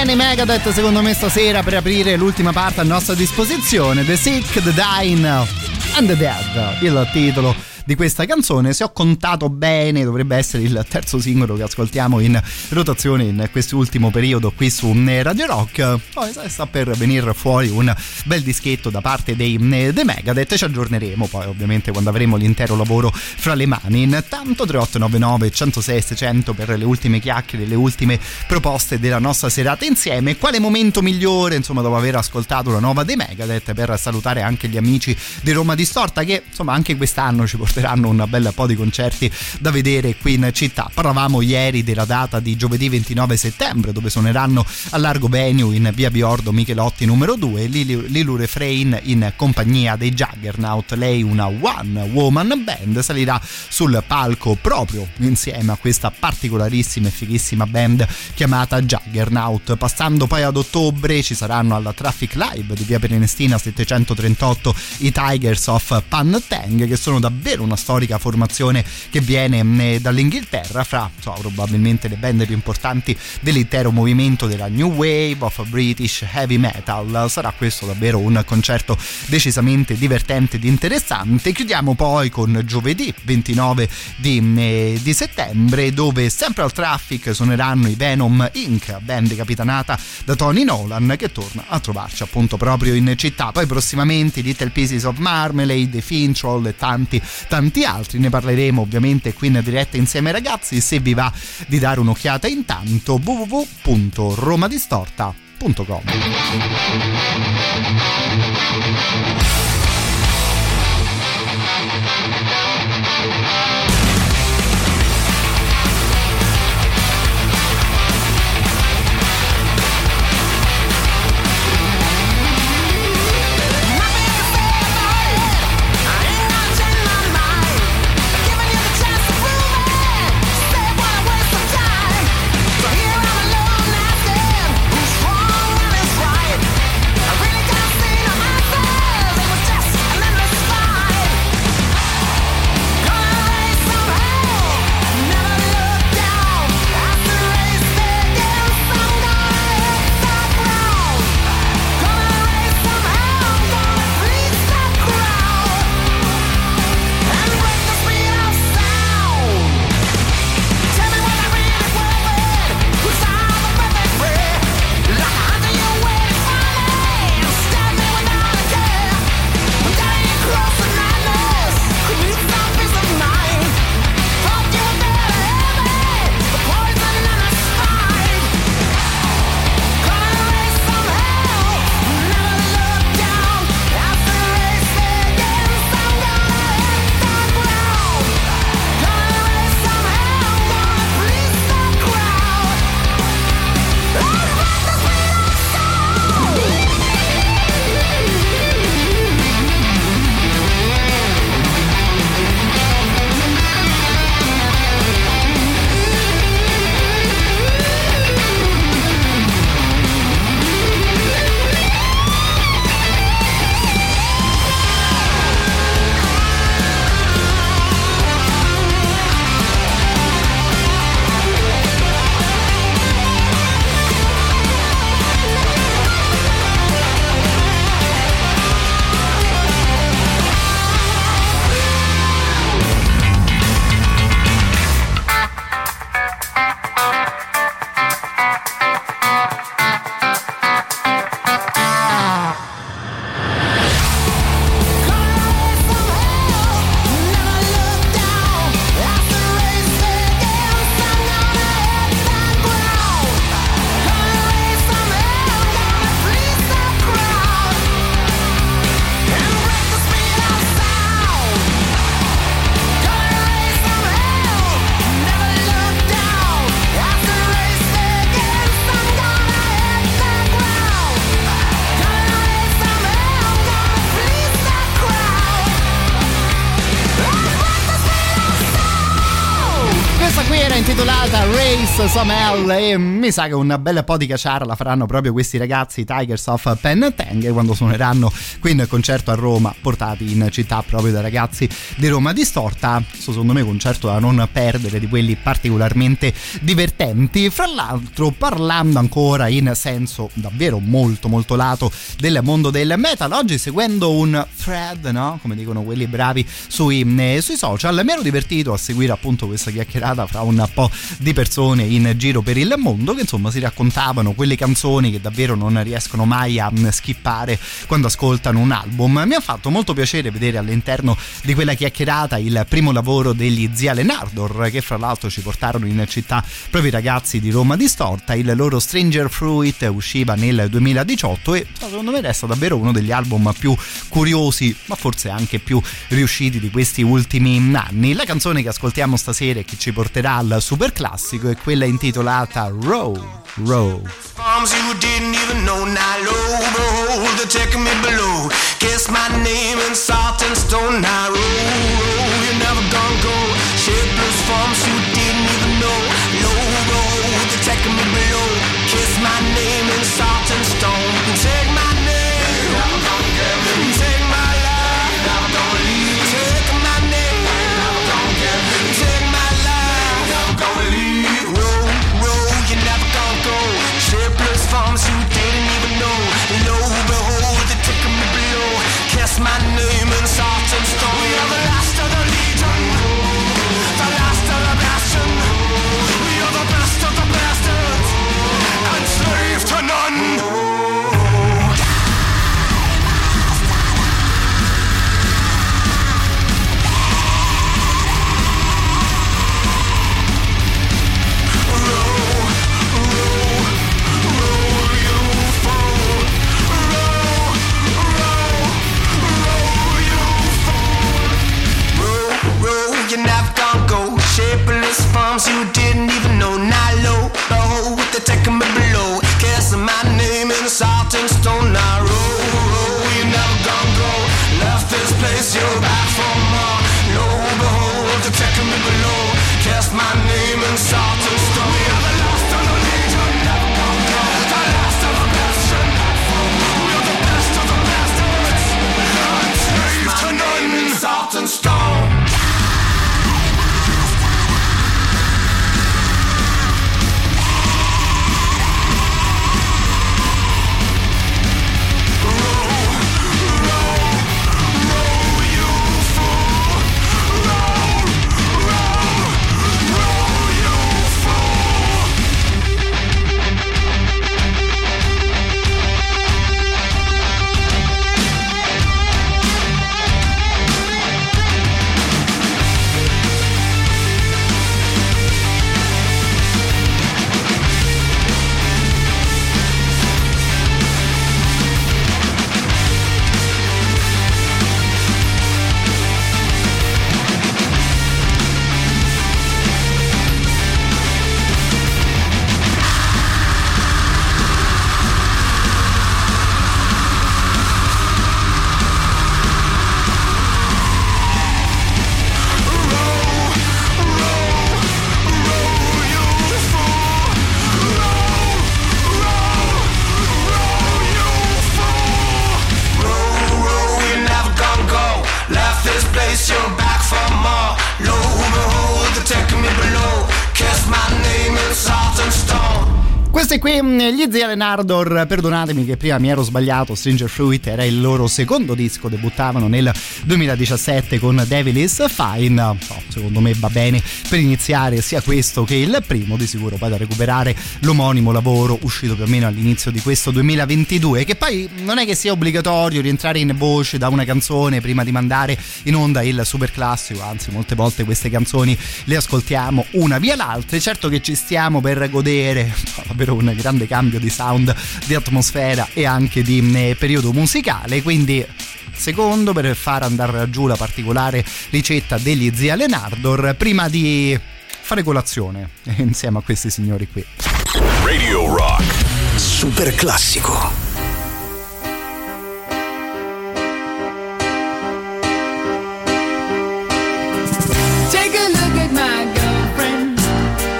bene Megadeth secondo me stasera per aprire l'ultima parte a nostra disposizione. The Sick, The Dying and The Dead, il titolo di questa canzone. Se ho contato bene dovrebbe essere il terzo singolo che ascoltiamo in rotazione in quest'ultimo periodo qui su Radio Rock. Poi sta per venire fuori un bel dischetto da parte dei The Megadeth, ci aggiorneremo poi ovviamente quando avremo l'intero lavoro fra le mani. Intanto 3899 106 600 per le ultime chiacchiere, le ultime proposte della nostra serata insieme. Quale momento migliore insomma dopo aver ascoltato la nuova The Megadeth per salutare anche gli amici di Roma Distorta che insomma anche quest'anno ci porteranno un bel po' di concerti da vedere qui in città. Parlavamo ieri della data di giovedì 29 settembre dove suoneranno a largo venue in via Biordo Michelotti numero 2 Lilu Refrain in compagnia dei Juggernaut. Lei, una one woman band, salirà sul palco proprio insieme a questa particolarissima e fighissima band chiamata Juggernaut. Passando poi ad ottobre ci saranno alla Traffic Live di via Prenestina 738 i Tigers of Pantang, che sono davvero una storica formazione che viene dall'Inghilterra, fra probabilmente le band più importanti dell'intero movimento della New Wave of British Heavy Metal. Sarà questo davvero un concerto decisamente divertente ed interessante. Chiudiamo poi con giovedì 29 di settembre dove sempre al Traffic suoneranno i Venom Inc., band capitanata da Tony Nolan, che torna a trovarci appunto proprio in città. Poi prossimamente Little Pieces of Marmalade, The Fintroll e tanti altri. Ne parleremo ovviamente qui in diretta insieme ai ragazzi. Se vi va di dare un'occhiata intanto www.romadistorta.com. I really can't see no answers. It was just a endless fight. era intitolata Race Some Hell e mi sa che un bel po' di caciara la faranno proprio questi ragazzi Tigers of Pentang quando suoneranno qui in concerto a Roma, portati in città proprio dai ragazzi di Roma Distorta. Secondo me concerto da non perdere, di quelli particolarmente divertenti. Fra l'altro, parlando ancora in senso davvero molto molto lato del mondo del metal, oggi seguendo un thread, no? Come dicono quelli bravi sui social, mi ero divertito a seguire appunto questa chiacchierata fra un po' di persone in giro per il mondo che insomma si raccontavano quelle canzoni che davvero non riescono mai a skippare quando ascoltano un album. Mi ha fatto molto piacere vedere all'interno di quella chiacchierata il primo lavoro degli Zia Lenardor, che fra l'altro ci portarono in città proprio i ragazzi di Roma Distorta. Il loro Stranger Fruit usciva nel 2018 e secondo me resta davvero uno degli album più curiosi ma forse anche più riusciti di questi ultimi anni. La canzone che ascoltiamo stasera e che ci porterà al super classico è quella intitolata Row. Farms you didn't even know, now low, behold, they're taking me below. Kiss my name in salt and stone, now roll, you're never gonna go. Shapeless forms you didn't even know, low, behold, they're taking me below. Kiss my name in salt and stone. Take my name, you're never gonna get me. Take my life, you're never gonna leave. Take my name, you're never gonna get me. Take my life, you're never gonna leave. Roll, you're never gonna go. Shapeless forms you didn't even know. Lo behold, they're taking me below. Kiss my name in salt and stone. We are the last of the legion, the last of the bastion. We are the best of the bastards, enslaved to none. You're never gonna go. Shapeless forms you didn't even know. Now low, behold, they're taking me below. Kissing my name in salt and stone. Now roll, you're never gonna go. Left this place, you're back for more. Low, behold, they're taking me below. Kiss my name in salt and stone. We are the last of the legion, never gonna go. The last of the bastion. We are the best of the bastards, enslaved to none. In salt and stone. Questi qui gli Zia Lenardor, perdonatemi che prima mi ero sbagliato, Stranger Fruit era il loro secondo disco, debuttavano nel 2017 con Devil Is Fine. No, secondo me va bene per iniziare sia questo che il primo, di sicuro poi da recuperare l'omonimo lavoro uscito più o meno all'inizio di questo 2022, che poi non è che sia obbligatorio rientrare in voce da una canzone prima di mandare in onda il super classico, anzi molte volte queste canzoni le ascoltiamo una via l'altra. Certo che ci stiamo per godere davvero un grande cambio di sound, di atmosfera e anche di periodo musicale, quindi secondo per far andare giù la particolare ricetta degli Zia Lenardor prima di fare colazione insieme a questi signori qui. Radio Rock super classico. Take a look at my girlfriend.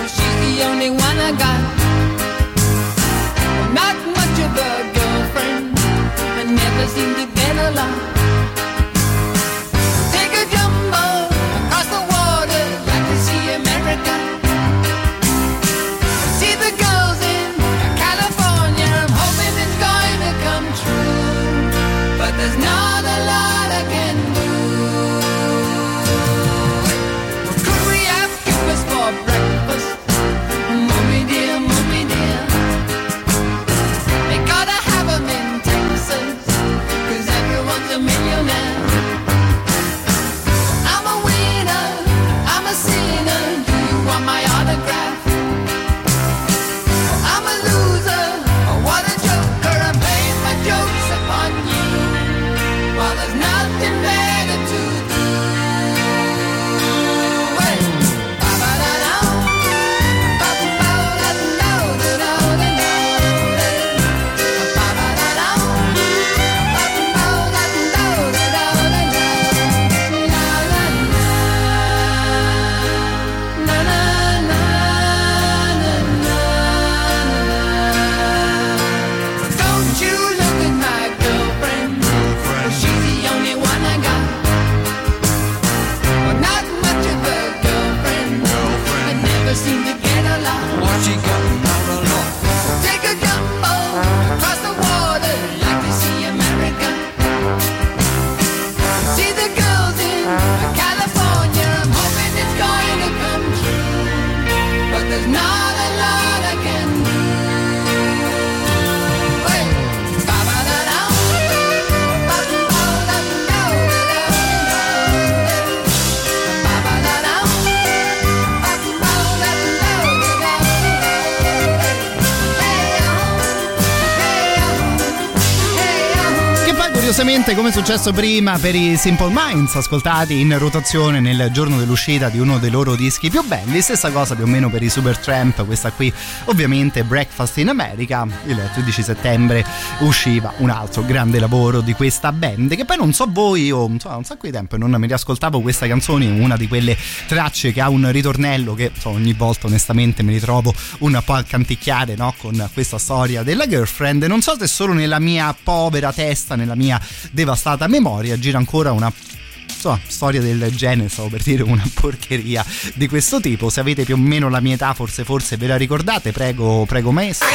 Curiosamente, come è successo prima per i Simple Minds, ascoltati in rotazione nel giorno dell'uscita di uno dei loro dischi più belli, stessa cosa più o meno per i Supertramp. Questa qui ovviamente Breakfast in America. Il 13 settembre usciva un altro grande lavoro di questa band, che poi non so voi, io insomma, un sacco di tempo non mi riascoltavo questa canzone, una di quelle tracce che ha un ritornello che insomma, ogni volta onestamente mi ritrovo un po' a canticchiare, no? Con questa storia della girlfriend. Non so se solo nella mia povera testa, nella mia devastata memoria gira ancora una storia del genere, stavo per dire una porcheria di questo tipo. Se avete più o meno la mia età, forse ve la ricordate, prego maestro.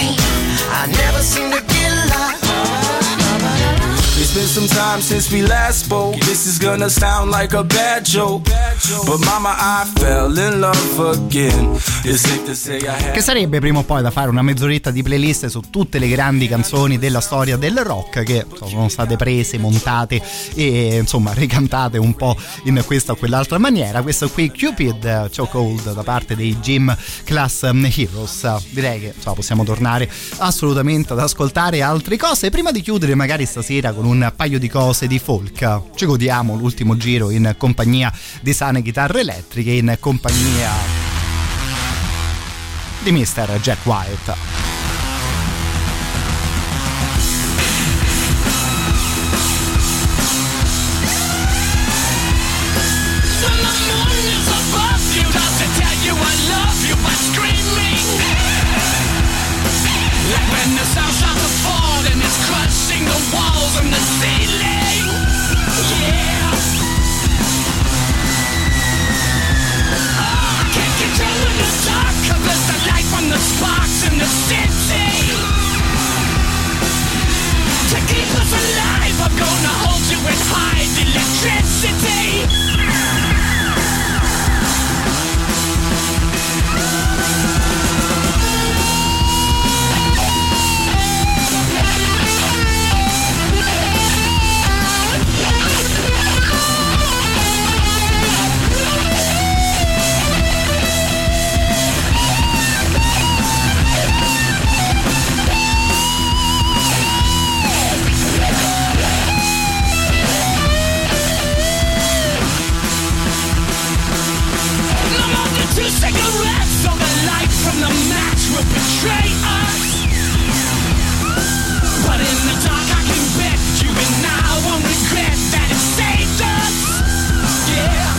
It's been some time since we last spoke. This is gonna sound like a bad joke, but mama, I fell in love again. It's safe to say I had. Che sarebbe prima o poi da fare una mezz'oretta di playlist su tutte le grandi canzoni della storia del rock che sono state prese, montate e insomma ricantate un po' in questa o quell'altra maniera. Questo qui Cupid, Chokehold da parte dei Gym Class Heroes. Direi che possiamo tornare assolutamente ad ascoltare altre cose. Prima di chiudere magari stasera con un paio di cose di folk, ci godiamo l'ultimo giro in compagnia di sane chitarre elettriche, in compagnia di Mr. Jack White. Sparks in the city to keep us alive. I'm gonna hold you and hide electricity. Cigarettes, so the light from the match will betray us. But in the dark I can bet you and I won't regret that it saved us. Yeah.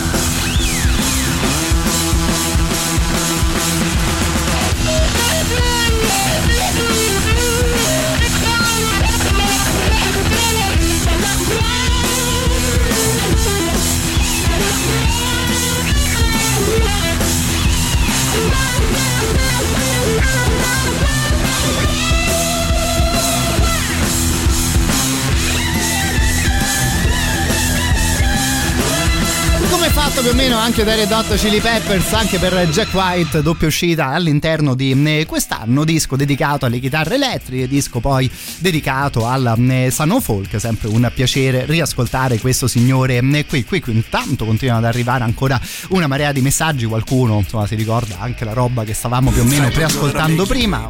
Come fatto più o meno anche dai Red Hot Chili Peppers, anche per Jack White, doppia uscita all'interno di quest'anno, disco dedicato alle chitarre elettriche, disco poi dedicato alla Son of Folk. Sempre un piacere riascoltare questo signore qui. Intanto continuano ad arrivare ancora una marea di messaggi, qualcuno insomma si ricorda anche la roba che stavamo più o meno preascoltando prima,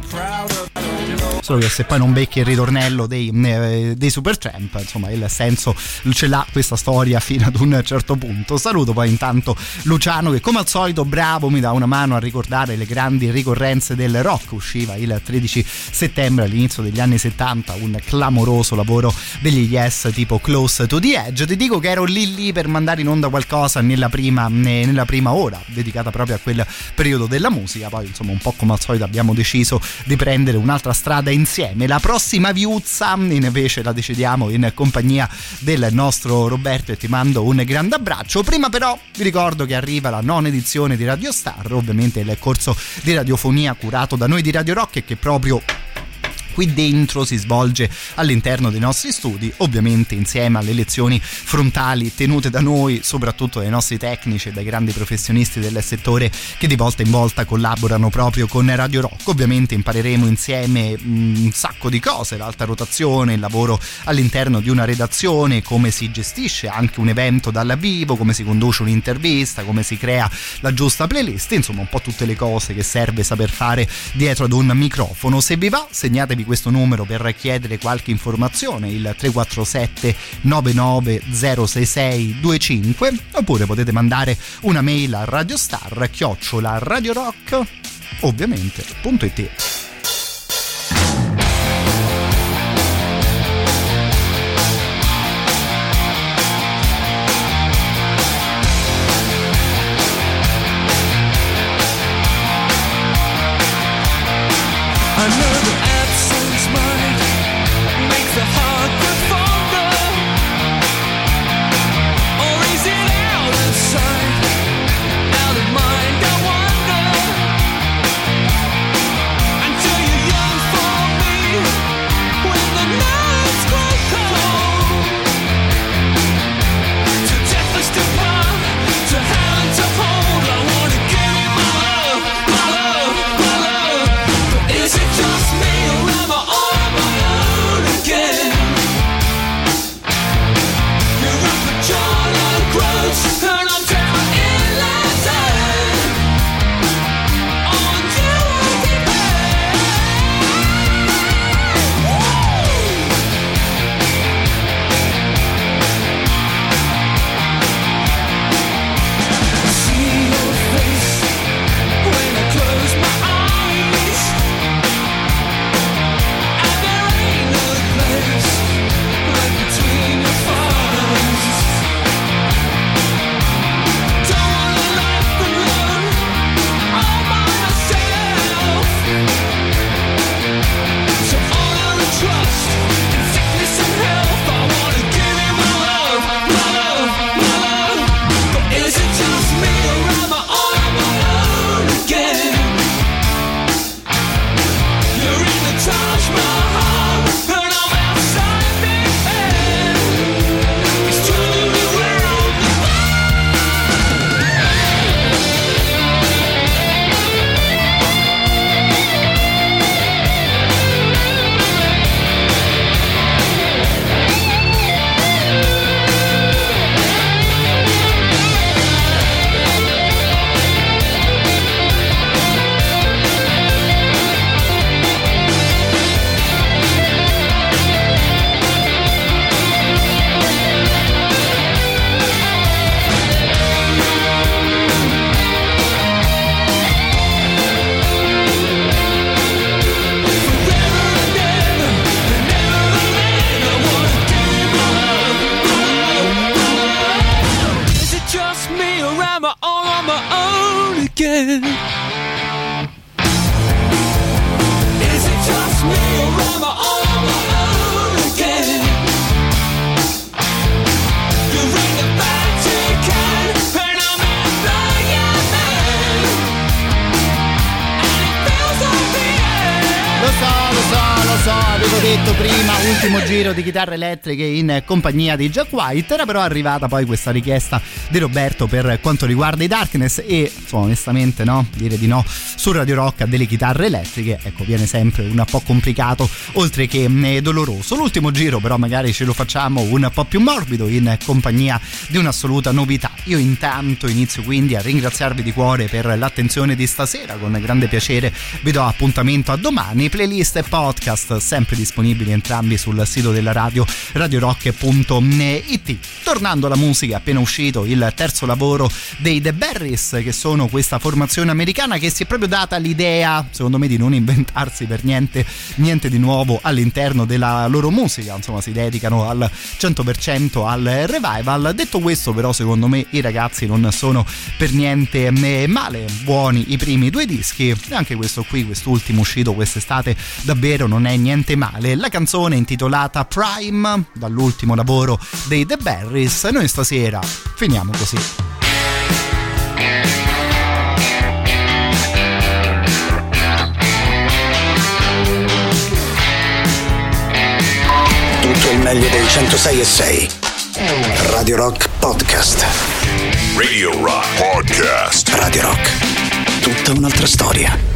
solo che se poi non becchi il ritornello dei Supertramp, insomma il senso ce l'ha questa storia fino ad un certo punto. Saluto poi intanto Luciano che come al solito bravo mi dà una mano a ricordare le grandi ricorrenze del rock. Usciva il 13 settembre all'inizio degli anni 70 un clamoroso lavoro degli Yes tipo Close to the Edge. Ti dico che ero lì per mandare in onda qualcosa nella prima ora dedicata proprio a quel periodo della musica. Poi insomma un po' come al solito abbiamo deciso di prendere un'altra strada insieme. La prossima viuzza invece la decidiamo in compagnia del nostro Roberto e ti mando un grande abbraccio. Prima però vi ricordo che arriva la 9ª edizione di Radio Star, ovviamente il corso di radiofonia curato da noi di Radio Rock e che proprio qui dentro si svolge all'interno dei nostri studi, ovviamente insieme alle lezioni frontali tenute da noi, soprattutto dai nostri tecnici e dai grandi professionisti del settore che di volta in volta collaborano proprio con Radio Rock. Ovviamente impareremo insieme un sacco di cose, l'alta rotazione, il lavoro all'interno di una redazione, come si gestisce anche un evento dal vivo, come si conduce un'intervista, come si crea la giusta playlist, insomma un po' tutte le cose che serve saper fare dietro ad un microfono. Se vi va, segnatevi ricordatevi questo numero per chiedere qualche informazione, il 347 99 066 25, oppure potete mandare una mail a radiostar@radiorock ovviamente.it. I know the absence might make the heart grow fonder, or is it out of sight, out of mind? I wonder. Until you're young for me, when the nights grow cold, to death us to part, to hand to hold. I wanna give you my love, my love, my love. But is it just me, or am I all on my own again? You're up at John and Gross, and I'm down in Land's End. On you I depend. See your face when I close my eyes, and there ain't no place like between your thighs. Don't wanna life alone, all by myself. So honor and trust, in sickness and health, I wanna give you my love, my love, my love. But is it just me, or am I all on my own again? You're in the Taj Mahal, and I'm outside Big Ben. It's turning me round. Is it just me, or am I all on my own again? Is it just me, or am I all on my own again? You're in the Vatican, and I'm in the Yemen, and it feels like the end. Lo so, avevo detto prima, ultimo giro di chitarre elettriche in compagnia di Jack White, era però arrivata poi questa richiesta di Roberto per quanto riguarda i Darkness e insomma onestamente no, dire di no su Radio Rock a delle chitarre elettriche, ecco, viene sempre un po' complicato oltre che doloroso. L'ultimo giro però magari ce lo facciamo un po' più morbido in compagnia di un'assoluta novità. Io intanto inizio quindi a ringraziarvi di cuore per l'attenzione di stasera, con grande piacere vi do appuntamento a domani. Playlist e podcast sempre disponibili entrambi sul sito della radio, radiorock.it. Tornando alla musica, appena uscito il terzo lavoro dei The Berries, che sono questa formazione americana che si è proprio data l'idea, secondo me, di non inventarsi per niente di nuovo all'interno della loro musica, insomma si dedicano al 100% al revival. Detto questo però secondo me i ragazzi non sono per niente male, buoni i primi due dischi e anche questo qui, quest'ultimo uscito quest'estate, davvero non è niente male. La canzone è intitolata Prime, dall'ultimo lavoro dei The Berries. Noi stasera finiamo così. Tutto il meglio dei 106.6 Radio Rock Podcast. Radio Rock Podcast. Radio Rock, tutta un'altra storia.